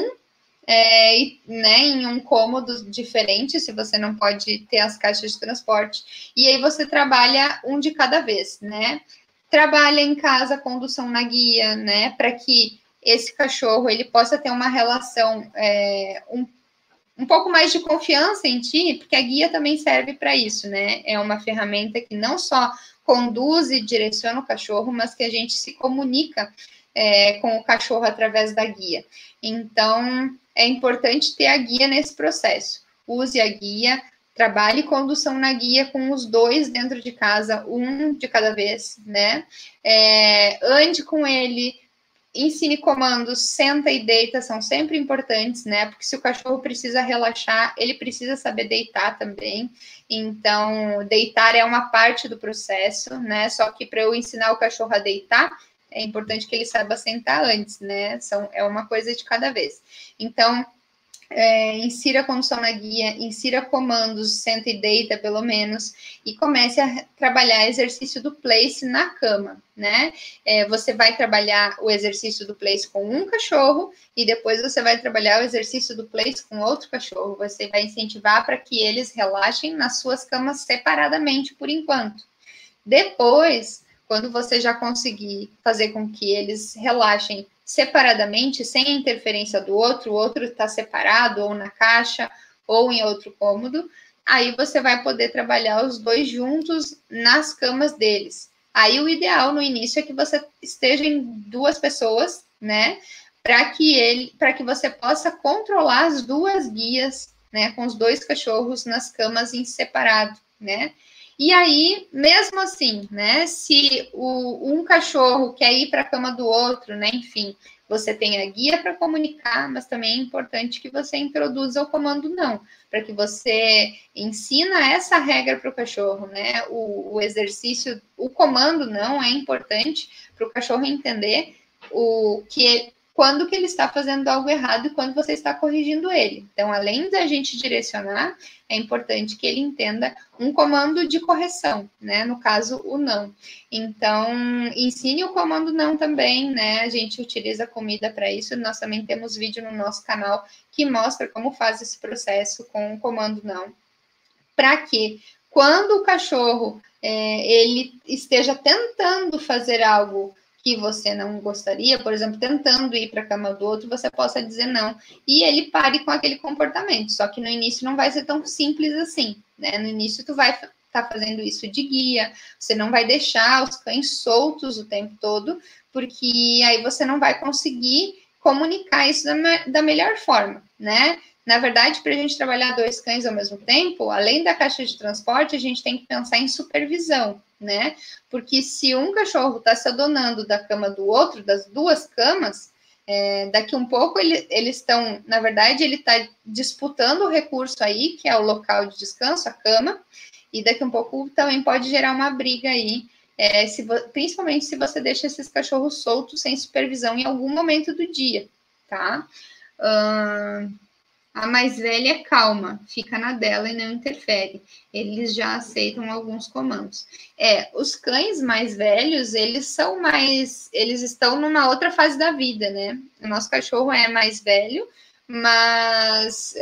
né, em um cômodo diferente, se você não pode ter as caixas de transporte. E aí você trabalha um de cada vez, né? Trabalha em casa, condução na guia, né? Para que esse cachorro ele possa ter uma relação um pouco mais de confiança em ti, porque a guia também serve para isso, né? É uma ferramenta que não só conduz e direciona o cachorro, mas que a gente se comunica com o cachorro através da guia. Então, é importante ter a guia nesse processo. Use a guia, trabalhe condução na guia com os 2 dentro de casa, um de cada vez, né? Ande com ele, ensine comandos, senta e deita, são sempre importantes, né? Porque se o cachorro precisa relaxar, ele precisa saber deitar também. Então, deitar é uma parte do processo, né? Só que para eu ensinar o cachorro a deitar, é importante que ele saiba sentar antes, né? É uma coisa de cada vez. Então, insira a condução na guia, insira comandos, senta e deita, pelo menos, e comece a trabalhar exercício do place na cama, né? Você vai trabalhar o exercício do place com um cachorro e depois você vai trabalhar o exercício do place com outro cachorro. Você vai incentivar para que eles relaxem nas suas camas separadamente por enquanto. Depois, quando você já conseguir fazer com que eles relaxem separadamente, sem a interferência do outro, o outro está separado, ou na caixa, ou em outro cômodo, aí você vai poder trabalhar os 2 juntos nas camas deles. Aí o ideal no início é que você esteja em 2 pessoas, né? Para que você possa controlar as 2 guias, né? Com os 2 cachorros nas camas em separado, né? E aí, mesmo assim, né? Se um cachorro quer ir para a cama do outro, né? Enfim, você tem a guia para comunicar, mas também é importante que você introduza o comando não, para que você ensina essa regra para o cachorro, né? O exercício, o comando não é importante para o cachorro entender quando que ele está fazendo algo errado e quando você está corrigindo ele. Então, além da gente direcionar, é importante que ele entenda um comando de correção, né? No caso, o não. Então, ensine o comando não também, né? A gente utiliza comida para isso. Nós também temos vídeo no nosso canal que mostra como faz esse processo com o comando não. Para que, quando o cachorro ele esteja tentando fazer algo que você não gostaria, por exemplo, tentando ir para a cama do outro, você possa dizer não e ele pare com aquele comportamento. Só que no início não vai ser tão simples assim, né? No início tu vai estar fazendo isso de guia, você não vai deixar os cães soltos o tempo todo, porque aí você não vai conseguir comunicar isso da melhor forma, né? Na verdade, para a gente trabalhar 2 cães ao mesmo tempo, além da caixa de transporte, a gente tem que pensar em supervisão, né? Porque se um cachorro está se adonando da cama do outro, das 2 camas, daqui um pouco eles estão, na verdade, ele está disputando o recurso aí, que é o local de descanso, a cama, e daqui um pouco também pode gerar uma briga aí, principalmente se você deixa esses cachorros soltos sem supervisão em algum momento do dia, tá? A mais velha é calma, fica na dela e não interfere. Eles já aceitam alguns comandos. Os cães mais velhos, eles estão numa outra fase da vida, né? O nosso cachorro é mais velho, mas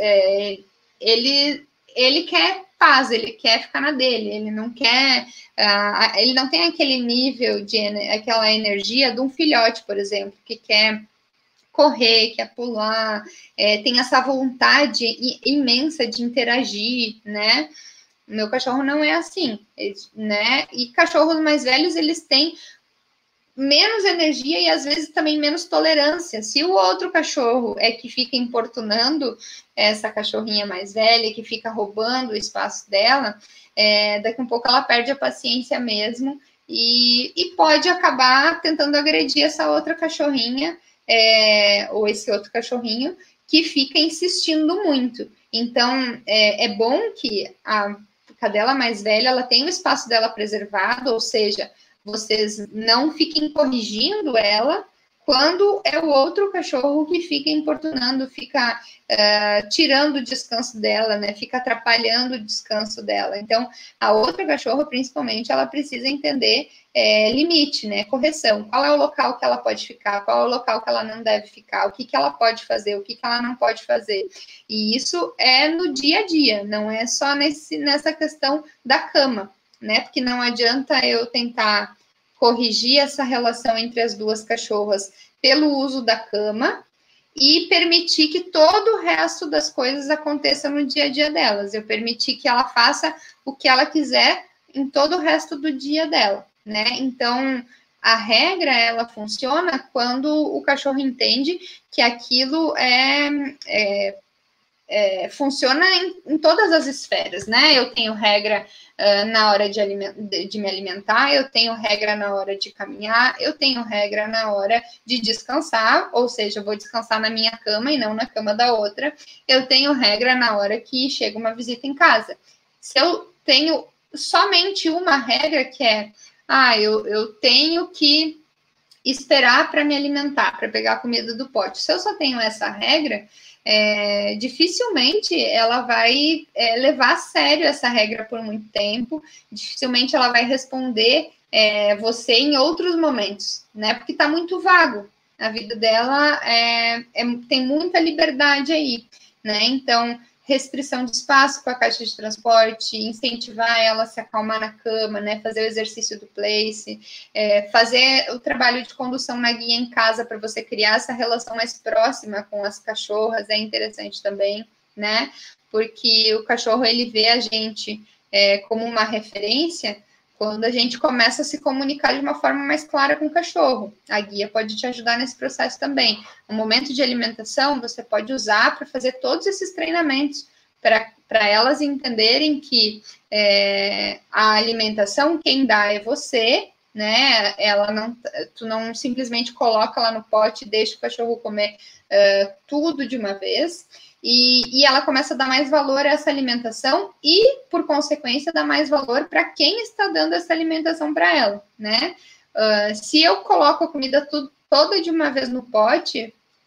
ele quer paz, ele quer ficar na dele, ele não quer, ele não tem aquele nível aquela energia de um filhote, por exemplo, que quer correr, quer pular, tem essa vontade imensa de interagir, né? Meu cachorro não é assim, né? E cachorros mais velhos, eles têm menos energia e às vezes também menos tolerância. Se o outro cachorro é que fica importunando essa cachorrinha mais velha, que fica roubando o espaço dela, daqui a pouco ela perde a paciência mesmo e pode acabar tentando agredir essa outra cachorrinha, ou esse outro cachorrinho que fica insistindo muito. Então, é bom que a cadela mais velha ela tenha o espaço dela preservado, ou seja, vocês não fiquem corrigindo ela quando é o outro cachorro que fica importunando, fica tirando o descanso dela, né? Fica atrapalhando o descanso dela. Então, a outra cachorra, principalmente, ela precisa entender limite, né? Correção. Qual é o local que ela pode ficar? Qual é o local que ela não deve ficar? O que ela pode fazer? O que ela não pode fazer? E isso é no dia a dia, não é só nessa questão da cama, né? Porque não adianta eu tentar corrigir essa relação entre as 2 cachorras pelo uso da cama e permitir que todo o resto das coisas aconteça no dia a dia delas. Eu permitir que ela faça o que ela quiser em todo o resto do dia dela, né? Então, a regra, ela funciona quando o cachorro entende que aquilo funciona em todas as esferas, né? Eu tenho regra na hora de me alimentar, eu tenho regra na hora de caminhar, eu tenho regra na hora de descansar, ou seja, eu vou descansar na minha cama e não na cama da outra. Eu tenho regra na hora que chega uma visita em casa. Se eu tenho somente uma regra que eu tenho que esperar para me alimentar, para pegar a comida do pote. Se eu só tenho essa regra, dificilmente ela vai levar a sério essa regra por muito tempo, dificilmente ela vai responder você em outros momentos, né? Porque está muito vago. A vida dela tem muita liberdade aí, né? Então, restrição de espaço com a caixa de transporte, incentivar ela a se acalmar na cama, né? Fazer o exercício do place, fazer o trabalho de condução na guia em casa para você criar essa relação mais próxima com as cachorras, é interessante também, né? Porque o cachorro, ele vê a gente como uma referência quando a gente começa a se comunicar de uma forma mais clara com o cachorro. A guia pode te ajudar nesse processo também. No momento de alimentação, você pode usar para fazer todos esses treinamentos, para elas entenderem que a alimentação, quem dá é você, né? Tu não simplesmente coloca lá no pote e deixa o cachorro comer tudo de uma vez. E ela começa a dar mais valor a essa alimentação e, por consequência, dá mais valor para quem está dando essa alimentação para ela, né? Se eu coloco a comida toda de uma vez no pote,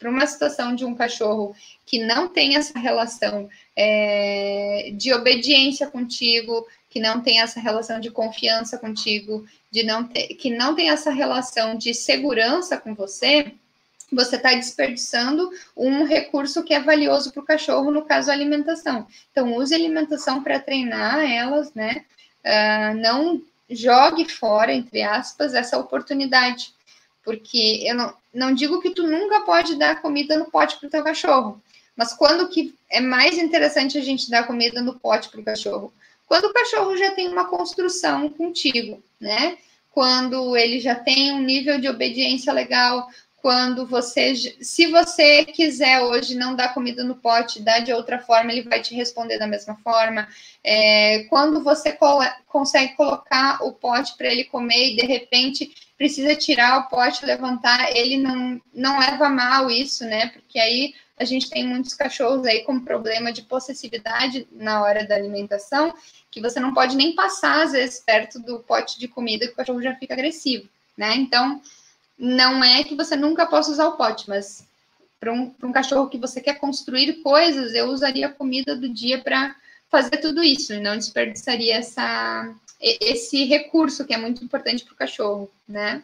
uma situação de um cachorro que não tem essa relação de obediência contigo, que não tem essa relação de confiança contigo, que não tem essa relação de segurança com você, você está desperdiçando um recurso que é valioso para o cachorro, no caso, a alimentação. Então, use a alimentação para treinar elas, né? Não jogue fora, entre aspas, essa oportunidade. Porque eu não digo que tu nunca pode dar comida no pote para o teu cachorro, mas quando que é mais interessante a gente dar comida no pote para o cachorro? Quando o cachorro já tem uma construção contigo, né? Quando ele já tem um nível de obediência legal, quando se você quiser hoje não dar comida no pote, dar de outra forma, ele vai te responder da mesma forma. Quando você consegue colocar o pote para ele comer e de repente precisa tirar o pote, levantar, ele não leva mal isso, né? Porque aí a gente tem muitos cachorros aí com problema de possessividade na hora da alimentação, que você não pode nem passar, às vezes, perto do pote de comida, que o cachorro já fica agressivo, né? Então, não é que você nunca possa usar o pote, mas para um cachorro que você quer construir coisas, eu usaria a comida do dia para fazer tudo isso, e não desperdiçaria esse recurso que é muito importante para o cachorro, né?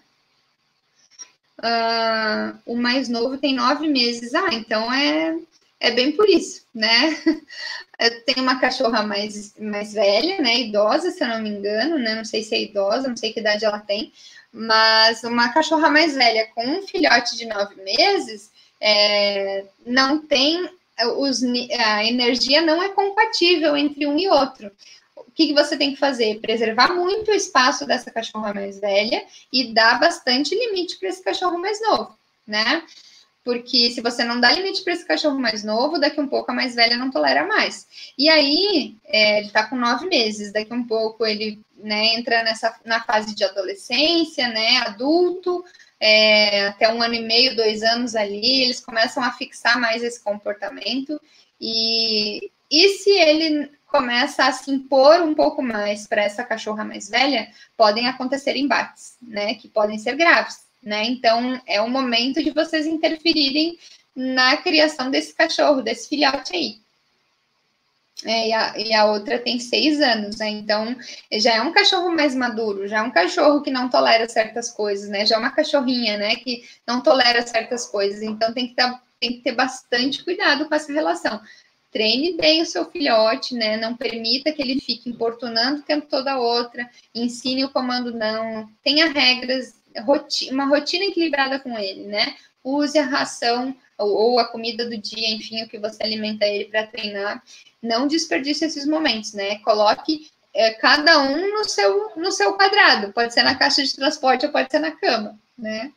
O mais novo tem 9 meses. Então é bem por isso, né? Eu tenho uma cachorra mais velha, né? Idosa, se eu não me engano, né? Não sei se é idosa, não sei que idade ela tem, mas uma cachorra mais velha com um filhote de 9 meses não tem a energia não é compatível entre um e outro. O que você tem que fazer? Preservar muito o espaço dessa cachorra mais velha e dar bastante limite para esse cachorro mais novo, né? Porque se você não dá limite para esse cachorro mais novo, daqui um pouco a mais velha não tolera mais. E aí, ele está com 9 meses, daqui um pouco ele, né, entra na fase de adolescência, né, adulto, até 1 ano e meio, 2 anos ali, eles começam a fixar mais esse comportamento. E se ele começa a se impor um pouco mais para essa cachorra mais velha, podem acontecer embates, né, que podem ser graves. Né? Então, é o momento de vocês interferirem na criação desse cachorro, desse filhote aí. E a outra tem 6 anos, né? Então, já é um cachorro mais maduro, já é um cachorro que não tolera certas coisas, né? Já é uma cachorrinha, né? Que não tolera certas coisas. Então, tem que ter bastante cuidado com essa relação. Treine bem o seu filhote, né? Não permita que ele fique importunando o tempo todo a outra. Ensine o comando não. Tenha regras, uma rotina equilibrada com ele, né? Use a ração ou a comida do dia, enfim, o que você alimenta ele para treinar. Não desperdice esses momentos, né? Coloque cada um no seu quadrado. Pode ser na caixa de transporte ou pode ser na cama, né?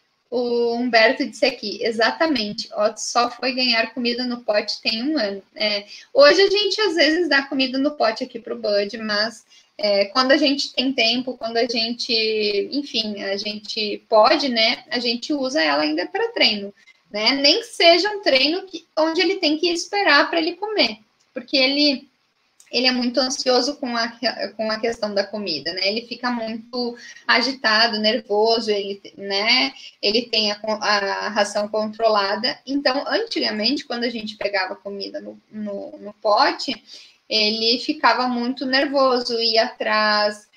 O Humberto disse aqui, exatamente, Otto só foi ganhar comida no pote tem 1 ano. Hoje a gente às vezes dá comida no pote aqui para o Bud, mas quando a gente tem tempo, quando a gente, enfim, a gente pode, né, a gente usa ela ainda para treino, né, nem que seja um treino onde ele tem que esperar para ele comer, porque ele é muito ansioso com a questão da comida, né? Ele fica muito agitado, nervoso, ele tem a ração controlada. Então, antigamente, quando a gente pegava comida no pote, ele ficava muito nervoso, ia atrás,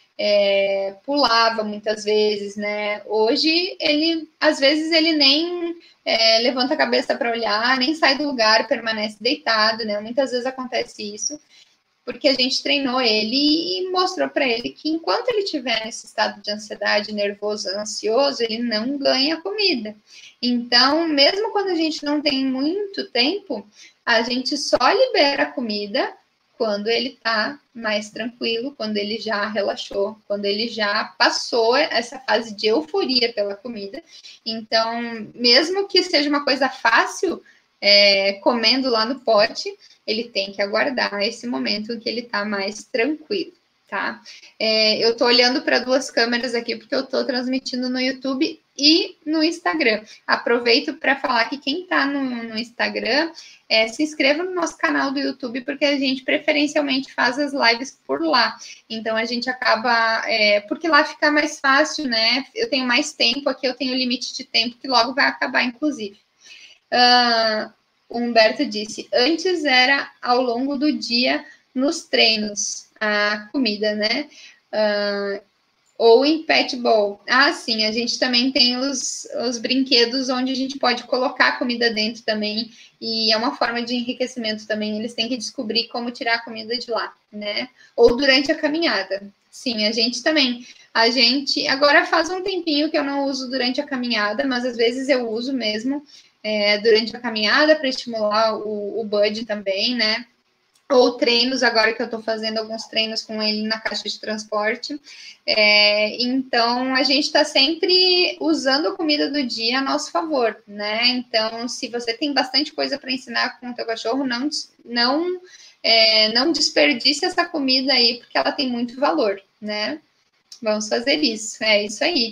pulava muitas vezes, né? Hoje, às vezes, ele nem levanta a cabeça para olhar, nem sai do lugar, permanece deitado, né? Muitas vezes acontece isso, porque a gente treinou ele e mostrou para ele que enquanto ele estiver nesse estado de ansiedade, nervoso, ansioso, ele não ganha comida. Então, mesmo quando a gente não tem muito tempo, a gente só libera a comida quando ele está mais tranquilo, quando ele já relaxou, quando ele já passou essa fase de euforia pela comida. Então, mesmo que seja uma coisa fácil, comendo lá no pote, ele tem que aguardar esse momento em que ele está mais tranquilo, tá? Eu estou olhando para 2 câmeras aqui, porque eu estou transmitindo no YouTube e no Instagram. Aproveito para falar que quem está no Instagram, se inscreva no nosso canal do YouTube, porque a gente preferencialmente faz as lives por lá. Então, a gente acaba... porque lá fica mais fácil, né? Eu tenho mais tempo aqui, eu tenho limite de tempo que logo vai acabar, inclusive. O Humberto disse, antes era ao longo do dia nos treinos, a comida, né? Ou em pet bowl. Ah, sim, a gente também tem os brinquedos onde a gente pode colocar a comida dentro também, e é uma forma de enriquecimento também. Eles têm que descobrir como tirar a comida de lá, né? Ou durante a caminhada. Sim, a gente também. A gente, agora faz um tempinho que eu não uso durante a caminhada, mas às vezes eu uso mesmo durante a caminhada para estimular o Bud também, né? Ou treinos, agora que eu estou fazendo alguns treinos com ele na caixa de transporte. Então, a gente está sempre usando a comida do dia a nosso favor, né? Então, se você tem bastante coisa para ensinar com o teu cachorro, não desperdice essa comida aí, porque ela tem muito valor, né? Vamos fazer isso, é isso aí.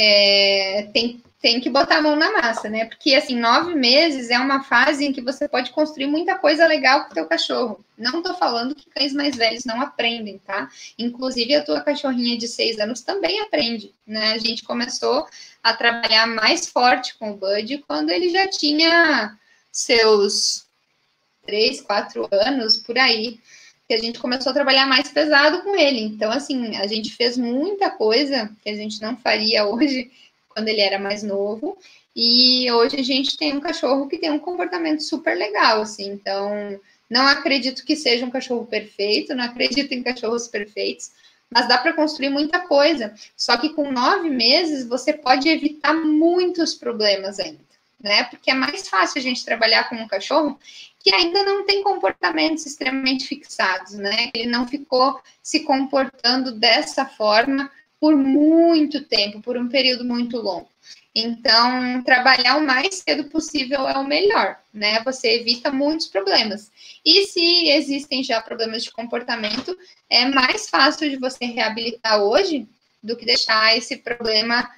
Tem que botar a mão na massa, né? Porque, assim, 9 meses é uma fase em que você pode construir muita coisa legal com o teu cachorro. Não tô falando que cães mais velhos não aprendem, tá? Inclusive, a tua cachorrinha de 6 anos também aprende, né? A gente começou a trabalhar mais forte com o Bud quando ele já tinha seus 3, 4 anos, por aí, que a gente começou a trabalhar mais pesado com ele. Então, assim, a gente fez muita coisa que a gente não faria hoje, quando ele era mais novo, e hoje a gente tem um cachorro que tem um comportamento super legal, assim, então não acredito que seja um cachorro perfeito, não acredito em cachorros perfeitos, mas dá para construir muita coisa, só que com 9 meses você pode evitar muitos problemas ainda, né, porque é mais fácil a gente trabalhar com um cachorro que ainda não tem comportamentos extremamente fixados, né, ele não ficou se comportando dessa forma por muito tempo, por um período muito longo. Então, trabalhar o mais cedo possível é o melhor, né? Você evita muitos problemas. E se existem já problemas de comportamento, é mais fácil de você reabilitar hoje do que deixar esse problema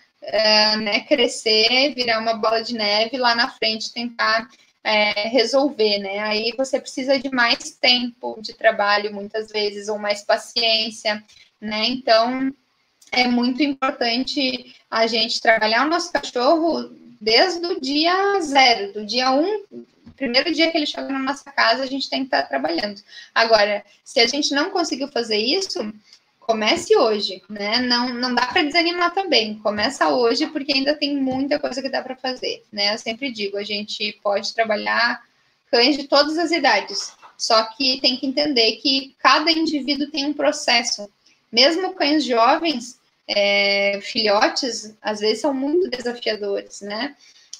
crescer, virar uma bola de neve lá na frente, tentar resolver, né? Aí você precisa de mais tempo de trabalho, muitas vezes, ou mais paciência, né? Então, é muito importante a gente trabalhar o nosso cachorro desde o dia 0, do dia 1, primeiro dia que ele chega na nossa casa, a gente tem que estar trabalhando. Agora, se a gente não conseguiu fazer isso, comece hoje, né? Não dá para desanimar também. Começa hoje, porque ainda tem muita coisa que dá para fazer, né? Eu sempre digo, a gente pode trabalhar cães de todas as idades, só que tem que entender que cada indivíduo tem um processo. Mesmo cães jovens, filhotes, às vezes são muito desafiadores, né?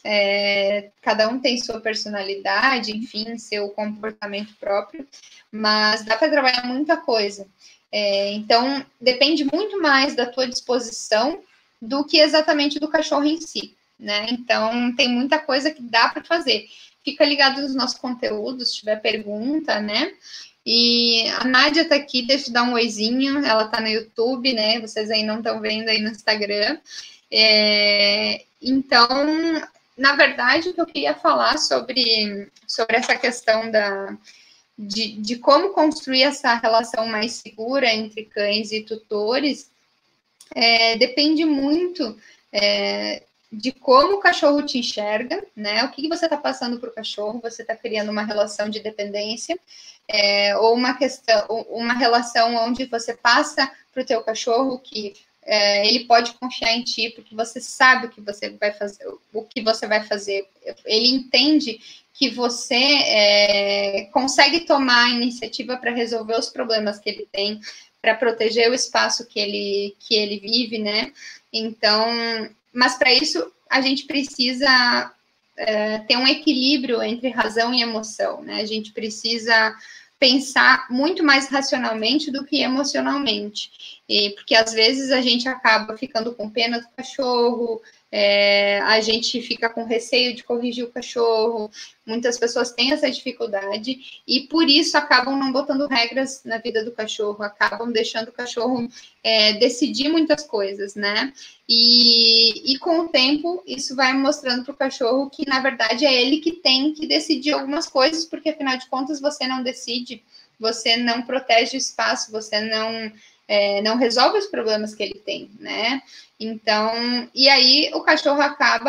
Cada um tem sua personalidade, enfim, seu comportamento próprio, mas dá para trabalhar muita coisa. Então, depende muito mais da tua disposição do que exatamente do cachorro em si, né? Então, tem muita coisa que dá para fazer. Fica ligado nos nossos conteúdos, se tiver pergunta, né? E a Nádia tá aqui, deixa eu dar um oizinho, ela tá no YouTube, né? Vocês aí não estão vendo aí no Instagram. Então, na verdade, o que eu queria falar sobre essa questão de como construir essa relação mais segura entre cães e tutores, depende muito de como o cachorro te enxerga, né? O que você está passando para o cachorro? Você está criando uma relação de dependência, ou uma relação onde você passa para o teu cachorro que ele pode confiar em ti, porque você sabe o que você vai fazer, ele entende que você consegue tomar a iniciativa para resolver os problemas que ele tem, para proteger o espaço que ele vive, né? Então, mas para isso a gente precisa ter um equilíbrio entre razão e emoção, né? A gente precisa pensar muito mais racionalmente do que emocionalmente, porque às vezes a gente acaba ficando com pena do cachorro, a gente fica com receio de corrigir o cachorro, muitas pessoas têm essa dificuldade e por isso acabam não botando regras na vida do cachorro, acabam deixando o cachorro decidir muitas coisas, né? E com o tempo isso vai mostrando para o cachorro que na verdade é ele que tem que decidir algumas coisas, porque afinal de contas você não decide, você não protege o espaço, você não resolve os problemas que ele tem, né? Então, e aí o cachorro acaba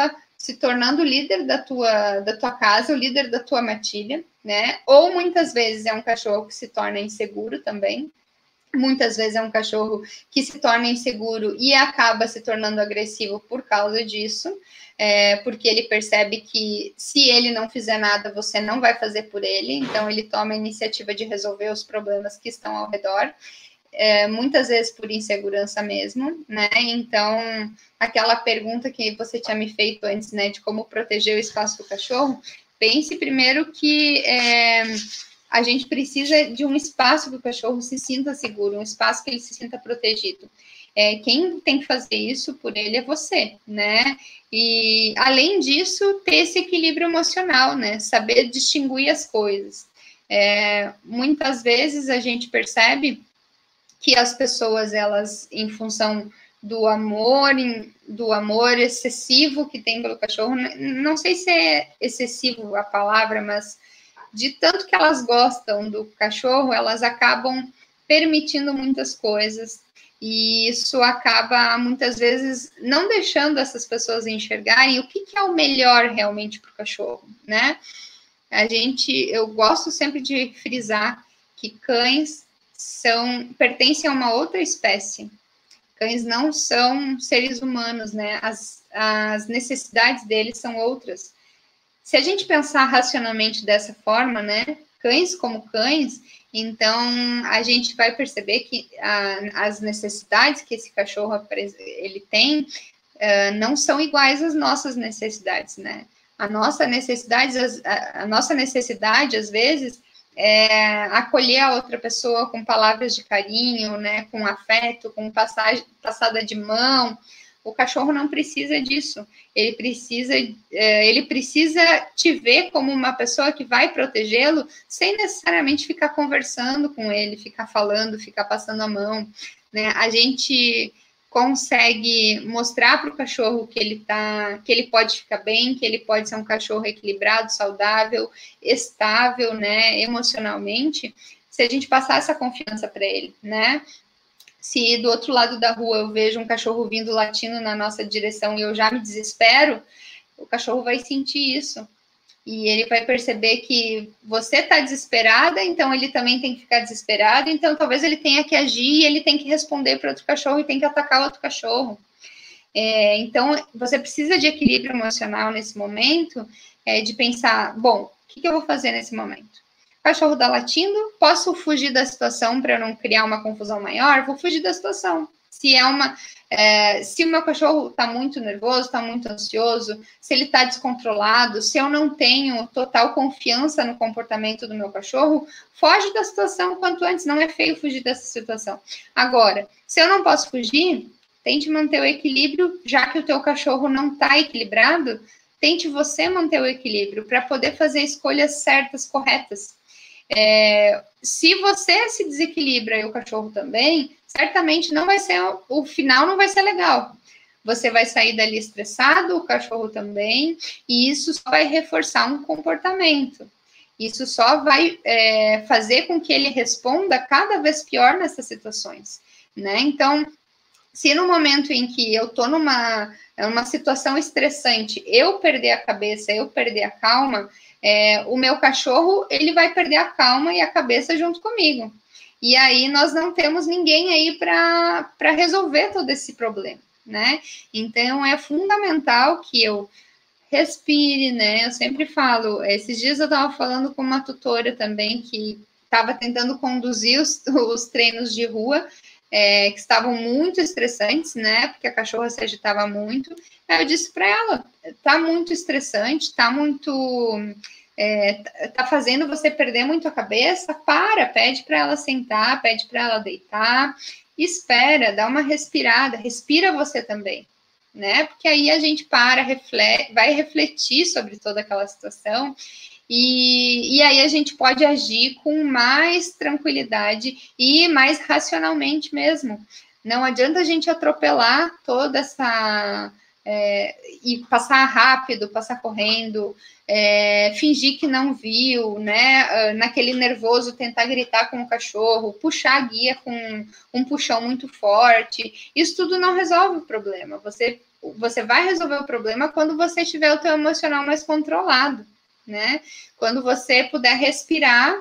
se tornando o líder da tua casa, o líder da tua matilha, né? Ou muitas vezes é um cachorro que se torna inseguro também. Muitas vezes é um cachorro que se torna inseguro e acaba se tornando agressivo por causa disso, porque ele percebe que se ele não fizer nada, você não vai fazer por ele, então ele toma a iniciativa de resolver os problemas que estão ao redor. Muitas vezes por insegurança mesmo, né? Então, aquela pergunta que você tinha me feito antes, né, de como proteger o espaço do cachorro, pense primeiro que a gente precisa de um espaço que o cachorro se sinta seguro, um espaço que ele se sinta protegido. Quem tem que fazer isso por ele é você, né? E, além disso, ter esse equilíbrio emocional, né? Saber distinguir as coisas. Muitas vezes a gente percebe que as pessoas, elas, em função do amor excessivo que tem pelo cachorro, não sei se é excessivo a palavra, mas de tanto que elas gostam do cachorro, elas acabam permitindo muitas coisas, e isso acaba, muitas vezes, não deixando essas pessoas enxergarem o que é o melhor realmente para o cachorro, né? Eu gosto sempre de frisar que cães pertencem a uma outra espécie. Cães não são seres humanos, né? As necessidades deles são outras. Se a gente pensar racionalmente dessa forma, né? Cães como cães, então a gente vai perceber que as necessidades que esse cachorro ele tem não são iguais às nossas necessidades, né? A nossa necessidade, às vezes, acolher a outra pessoa com palavras de carinho, né, com afeto, com passada de mão. O cachorro não precisa disso. Ele precisa te ver como uma pessoa que vai protegê-lo, sem necessariamente ficar conversando com ele, ficar falando, ficar passando a mão, né? A gente consegue mostrar para o cachorro que ele pode ficar bem, que ele pode ser um cachorro equilibrado, saudável, estável, né, emocionalmente, se a gente passar essa confiança para ele, né? Se do outro lado da rua eu vejo um cachorro vindo latindo na nossa direção e eu já me desespero, o cachorro vai sentir isso. E ele vai perceber que você está desesperada, então ele também tem que ficar desesperado, então talvez ele tenha que agir e ele tem que responder para outro cachorro e tem que atacar o outro cachorro. Então, você precisa de equilíbrio emocional nesse momento, de pensar, bom, o que eu vou fazer nesse momento? O cachorro está latindo, posso fugir da situação para não criar uma confusão maior? Vou fugir da situação. Se o meu cachorro está muito nervoso, está muito ansioso, se ele está descontrolado, se eu não tenho total confiança no comportamento do meu cachorro, foge da situação quanto antes, não é feio fugir dessa situação. Agora, se eu não posso fugir, tente manter o equilíbrio, já que o teu cachorro não está equilibrado, tente você manter o equilíbrio para poder fazer escolhas certas, corretas. Se você se desequilibra e o cachorro também, certamente o final não vai ser legal. Você vai sair dali estressado, o cachorro também, e isso só vai reforçar um comportamento. Isso só vai fazer com que ele responda cada vez pior nessas situações, né? Então, se no momento em que eu estou numa situação estressante, eu perder a cabeça, eu perder a calma, o meu cachorro, ele vai perder a calma e a cabeça junto comigo. E aí nós não temos ninguém aí para resolver todo esse problema, né? Então, é fundamental que eu respire, né? Eu sempre falo, esses dias eu estava falando com uma tutora também que estava tentando conduzir os treinos de rua, que estavam muito estressantes, né? Porque a cachorra se agitava muito. Aí eu disse para ela, tá muito estressante, tá fazendo você perder muito a cabeça, pede para ela sentar, pede para ela deitar, espera, dá uma respirada, respira você também, né? Porque aí a gente vai refletir sobre toda aquela situação e aí a gente pode agir com mais tranquilidade e mais racionalmente mesmo. Não adianta a gente atropelar toda essa... e passar rápido, passar correndo, fingir que não viu, né? Naquele nervoso, tentar gritar com o cachorro, puxar a guia com um puxão muito forte. Isso tudo não resolve o problema. Você você vai resolver o problema quando você tiver o teu emocional mais controlado, né? Quando você puder respirar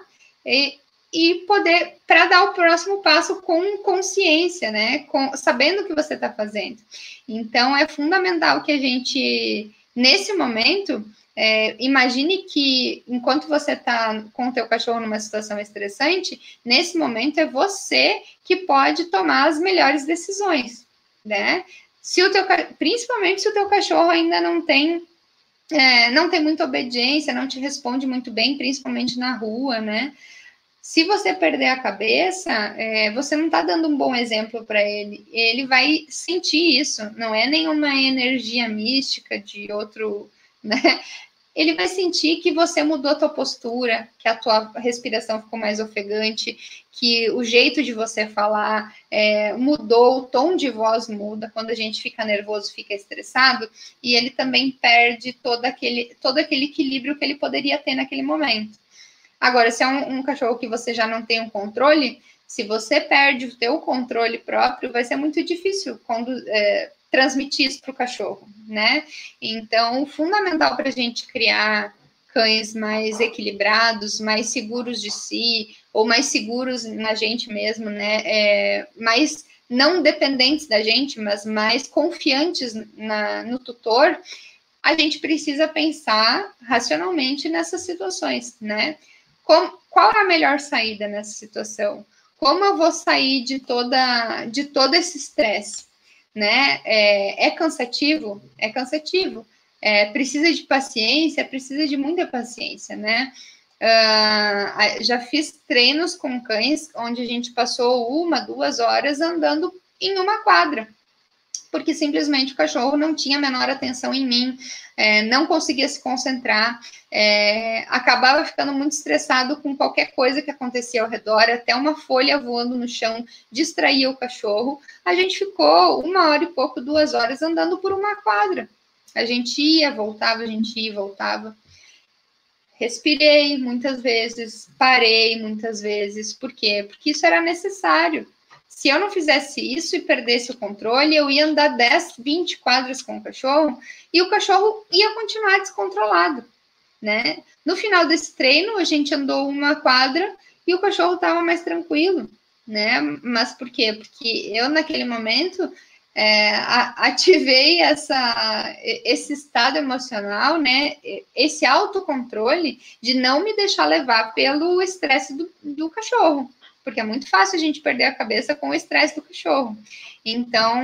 e poder, para dar o próximo passo com consciência, né? Sabendo o que você está fazendo. Então, é fundamental que a gente, nesse momento, imagine que, enquanto você está com o teu cachorro numa situação estressante, nesse momento é você que pode tomar as melhores decisões, né? Principalmente se o teu cachorro ainda não tem muita obediência, não te responde muito bem, principalmente na rua, né? Se você perder a cabeça, você não está dando um bom exemplo para ele. Ele vai sentir isso, não é nenhuma energia mística de outro, né? Ele vai sentir que você mudou a tua postura, que a tua respiração ficou mais ofegante, que o jeito de você falar mudou, o tom de voz muda, quando a gente fica nervoso, fica estressado, e ele também perde todo aquele equilíbrio que ele poderia ter naquele momento. Agora, se é um cachorro que você já não tem um controle, se você perde o teu controle próprio, vai ser muito difícil transmitir isso para o cachorro, né? Então, fundamental para a gente criar cães mais equilibrados, mais seguros de si, ou mais seguros na gente mesmo, né? Mais não dependentes da gente, mas mais confiantes no tutor, a gente precisa pensar racionalmente nessas situações, né? Qual é a melhor saída nessa situação? Como eu vou sair de todo esse estresse? Né? É cansativo? É cansativo. Precisa de paciência? Precisa de muita paciência, né? Já fiz treinos com cães onde a gente passou 1, 2 horas andando em uma quadra, porque simplesmente o cachorro não tinha a menor atenção em mim, não conseguia se concentrar, acabava ficando muito estressado com qualquer coisa que acontecia ao redor, até uma folha voando no chão distraía o cachorro. A gente ficou 1 hora e pouco, 2 horas andando por uma quadra. A gente ia, voltava, a gente ia e voltava. Respirei muitas vezes, parei muitas vezes. Por quê? Porque isso era necessário. Se eu não fizesse isso e perdesse o controle, eu ia andar 10, 20 quadras com o cachorro e o cachorro ia continuar descontrolado, né? No final desse treino, a gente andou 1 quadra e o cachorro estava mais tranquilo, né? Mas por quê? Porque eu, naquele momento, ativei esse estado emocional, né? Esse autocontrole de não me deixar levar pelo estresse do cachorro. Porque é muito fácil a gente perder a cabeça com o estresse do cachorro. Então,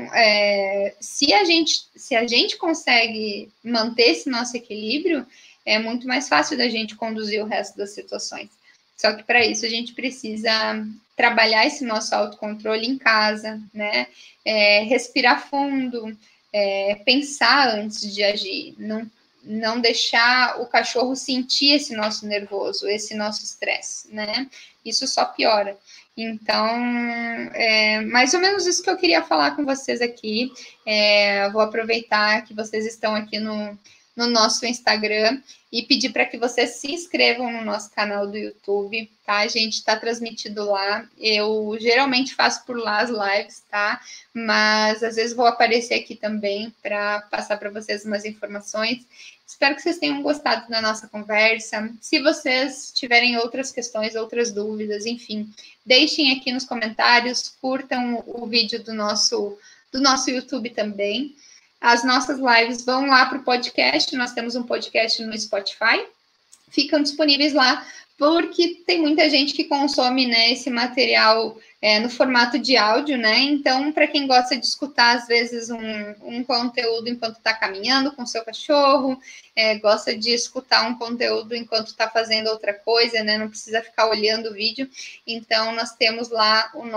se a gente consegue manter esse nosso equilíbrio, é muito mais fácil da gente conduzir o resto das situações. Só que para isso a gente precisa trabalhar esse nosso autocontrole em casa, né? Respirar fundo, pensar antes de agir, não deixar o cachorro sentir esse nosso nervoso, esse nosso estresse, né? Isso só piora. Então, mais ou menos isso que eu queria falar com vocês aqui. Vou aproveitar que vocês estão aqui no nosso Instagram e pedir para que vocês se inscrevam no nosso canal do YouTube, tá? A gente está transmitido lá. Eu geralmente faço por lá as lives, tá? Mas às vezes vou aparecer aqui também para passar para vocês umas informações. Espero que vocês tenham gostado da nossa conversa. Se vocês tiverem outras questões, outras dúvidas, enfim, deixem aqui nos comentários, curtam o vídeo do nosso YouTube também. As nossas lives vão lá para o podcast, nós temos um podcast no Spotify, ficam disponíveis lá, porque tem muita gente que consome, né, esse material no formato de áudio, né? Então, para quem gosta de escutar, às vezes, um conteúdo enquanto está caminhando com o seu cachorro, gosta de escutar um conteúdo enquanto está fazendo outra coisa, né? Não precisa ficar olhando o vídeo. Então, nós temos lá o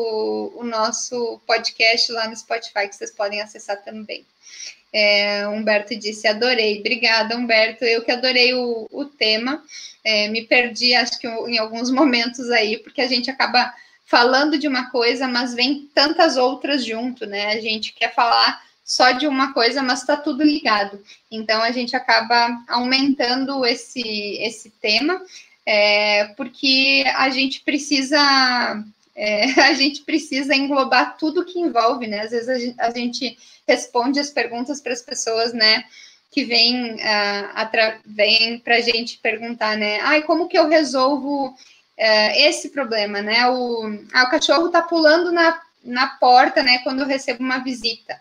nosso podcast lá no Spotify, que vocês podem acessar também. Humberto disse, adorei. Obrigada, Humberto. Eu que adorei o tema. Me perdi, acho que em alguns momentos aí, porque a gente acaba falando de uma coisa, mas vem tantas outras junto, né? A gente quer falar só de uma coisa, mas está tudo ligado. Então, a gente acaba aumentando esse tema, porque a gente precisa A gente precisa englobar tudo que envolve, né? Às vezes a gente responde as perguntas para as pessoas, né? Que vêm para a gente perguntar, né? Como que eu resolvo esse problema, né? O cachorro está pulando na porta, né? Quando eu recebo uma visita.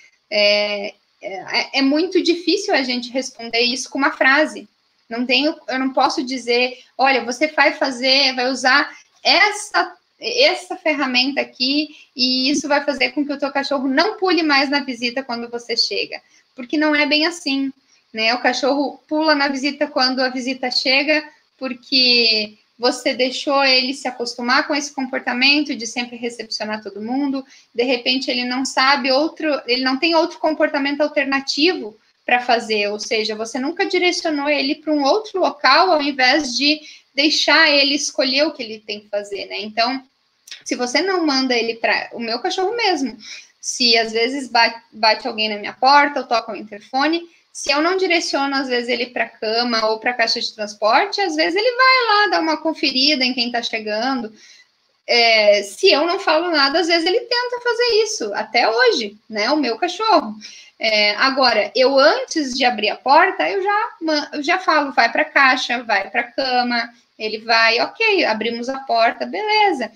É muito difícil a gente responder isso com uma frase. Eu não posso dizer, olha, você vai usar essa ferramenta aqui e isso vai fazer com que o teu cachorro não pule mais na visita quando você chega, porque não é bem assim, né? O cachorro pula na visita quando a visita chega, porque você deixou ele se acostumar com esse comportamento de sempre recepcionar todo mundo, de repente ele não tem outro comportamento alternativo para fazer, ou seja, você nunca direcionou ele para um outro local ao invés de deixar ele escolher o que ele tem que fazer, né? Então, se você não manda ele para o meu cachorro mesmo, se às vezes bate alguém na minha porta ou toca o interfone, se eu não direciono, às vezes, ele para a cama ou para a caixa de transporte, às vezes ele vai lá dar uma conferida em quem está chegando. Se eu não falo nada, às vezes ele tenta fazer isso, até hoje, né? O meu cachorro. Agora, eu antes de abrir a porta, eu já falo, vai para a caixa, vai para a cama, ele vai, ok, abrimos a porta, beleza.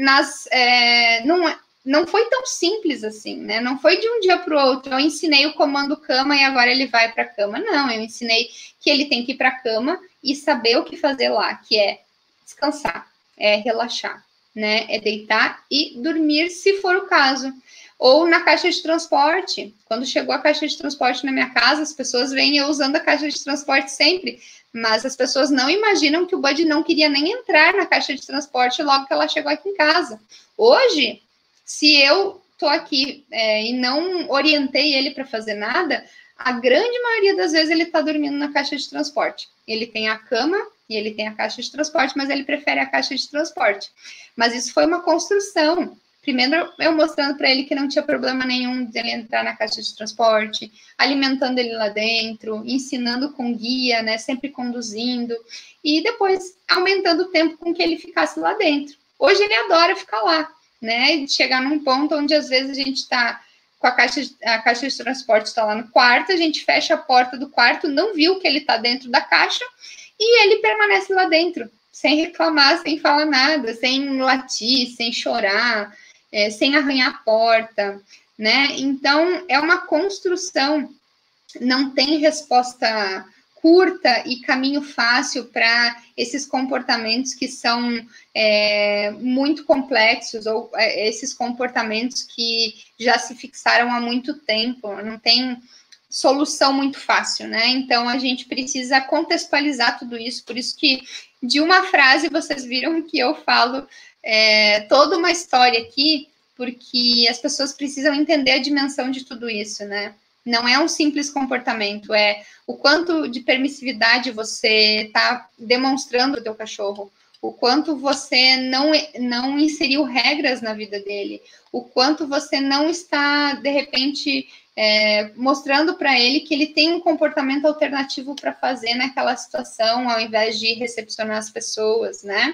Não foi tão simples assim, né? Não foi de um dia para o outro. Eu ensinei o comando cama e agora ele vai para a cama. Não, eu ensinei que ele tem que ir para a cama e saber o que fazer lá, que é descansar, é relaxar, né? É deitar e dormir, se for o caso. Ou na caixa de transporte. Quando chegou a caixa de transporte na minha casa, as pessoas veem eu usando a caixa de transporte sempre, mas as pessoas não imaginam que o Bud não queria nem entrar na caixa de transporte logo que ela chegou aqui em casa. Hoje, se eu tô aqui e não orientei ele para fazer nada, a grande maioria das vezes ele está dormindo na caixa de transporte. Ele tem a cama e ele tem a caixa de transporte, mas ele prefere a caixa de transporte. Mas isso foi uma construção. Primeiro, eu mostrando para ele que não tinha problema nenhum de ele entrar na caixa de transporte, alimentando ele lá dentro, ensinando com guia, né, sempre conduzindo, e depois aumentando o tempo com que ele ficasse lá dentro. Hoje ele adora ficar lá, né, chegar num ponto onde às vezes a gente está com a caixa de transporte está lá no quarto, a gente fecha a porta do quarto, não viu que ele está dentro da caixa, e ele permanece lá dentro, sem reclamar, sem falar nada, sem latir, sem chorar, sem arranhar a porta, né? Então, é uma construção, não tem resposta curta e caminho fácil para esses comportamentos que são muito complexos, ou esses comportamentos que já se fixaram há muito tempo, não tem solução muito fácil, né? Então, a gente precisa contextualizar tudo isso, por isso que de uma frase vocês viram que eu falo toda uma história aqui, porque as pessoas precisam entender a dimensão de tudo isso, né? Não é um simples comportamento, é o quanto de permissividade você está demonstrando ao teu cachorro, o quanto você não inseriu regras na vida dele, o quanto você não está, de repente, mostrando para ele que ele tem um comportamento alternativo para fazer naquela situação, ao invés de recepcionar as pessoas, né?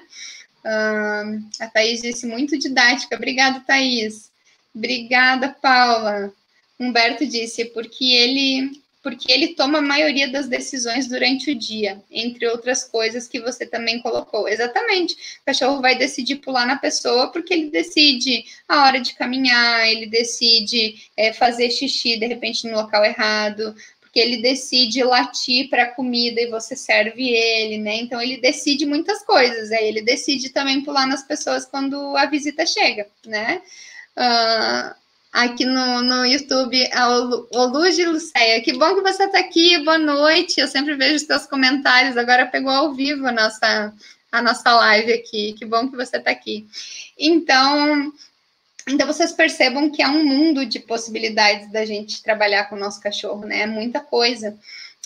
A Thaís disse muito didática. Obrigada, Thaís. Obrigada, Paula. Humberto disse, porque ele toma a maioria das decisões durante o dia, entre outras coisas que você também colocou. Exatamente. O cachorro vai decidir pular na pessoa porque ele decide a hora de caminhar, ele decide fazer xixi, de repente, no local errado, porque ele decide latir para a comida e você serve ele, né? Então, ele decide muitas coisas. Aí ele decide também pular nas pessoas quando a visita chega, né? Aqui no YouTube, a Oluge Luceia, que bom que você está aqui, boa noite, eu sempre vejo os seus comentários, agora pegou ao vivo a nossa live aqui, que bom que você está aqui. Então, vocês percebam que é um mundo de possibilidades da gente trabalhar com o nosso cachorro, né, é muita coisa.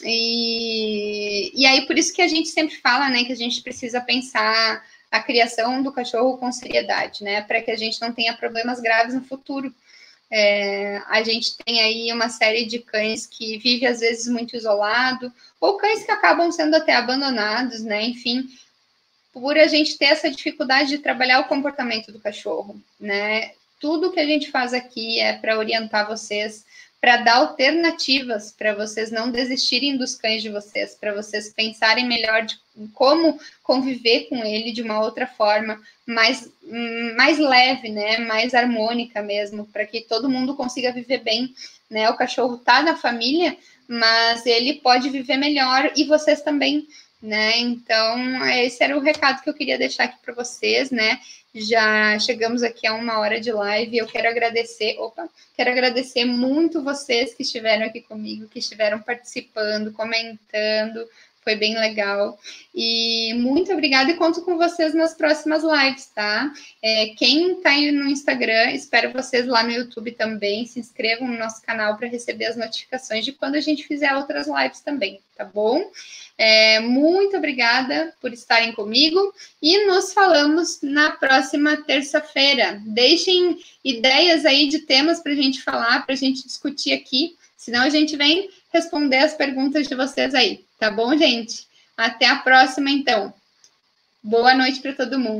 E aí, por isso que a gente sempre fala, né, que a gente precisa pensar a criação do cachorro com seriedade, né, para que a gente não tenha problemas graves no futuro. A gente tem aí uma série de cães que vivem, às vezes, muito isolado, ou cães que acabam sendo até abandonados, né? Enfim, por a gente ter essa dificuldade de trabalhar o comportamento do cachorro, né? Tudo que a gente faz aqui é para orientar vocês, para dar alternativas, para vocês não desistirem dos cães de vocês, para vocês pensarem melhor de como conviver com ele de uma outra forma, mais leve, né? Mais harmônica mesmo, para que todo mundo consiga viver bem, né? O cachorro está na família, mas ele pode viver melhor e vocês também, né? Então, esse era o recado que eu queria deixar aqui para vocês, né? Já chegamos aqui a 1 hora de live. Eu quero agradecer muito vocês que estiveram aqui comigo, que estiveram participando, comentando. Foi bem legal. E muito obrigada e conto com vocês nas próximas lives, tá? Quem tá aí no Instagram, espero vocês lá no YouTube também. Se inscrevam no nosso canal para receber as notificações de quando a gente fizer outras lives também, tá bom? Muito obrigada por estarem comigo e nos falamos na próxima terça-feira. Deixem ideias aí de temas para a gente falar, para a gente discutir aqui, senão a gente vem responder as perguntas de vocês aí, tá bom, gente? Até a próxima, então. Boa noite para todo mundo.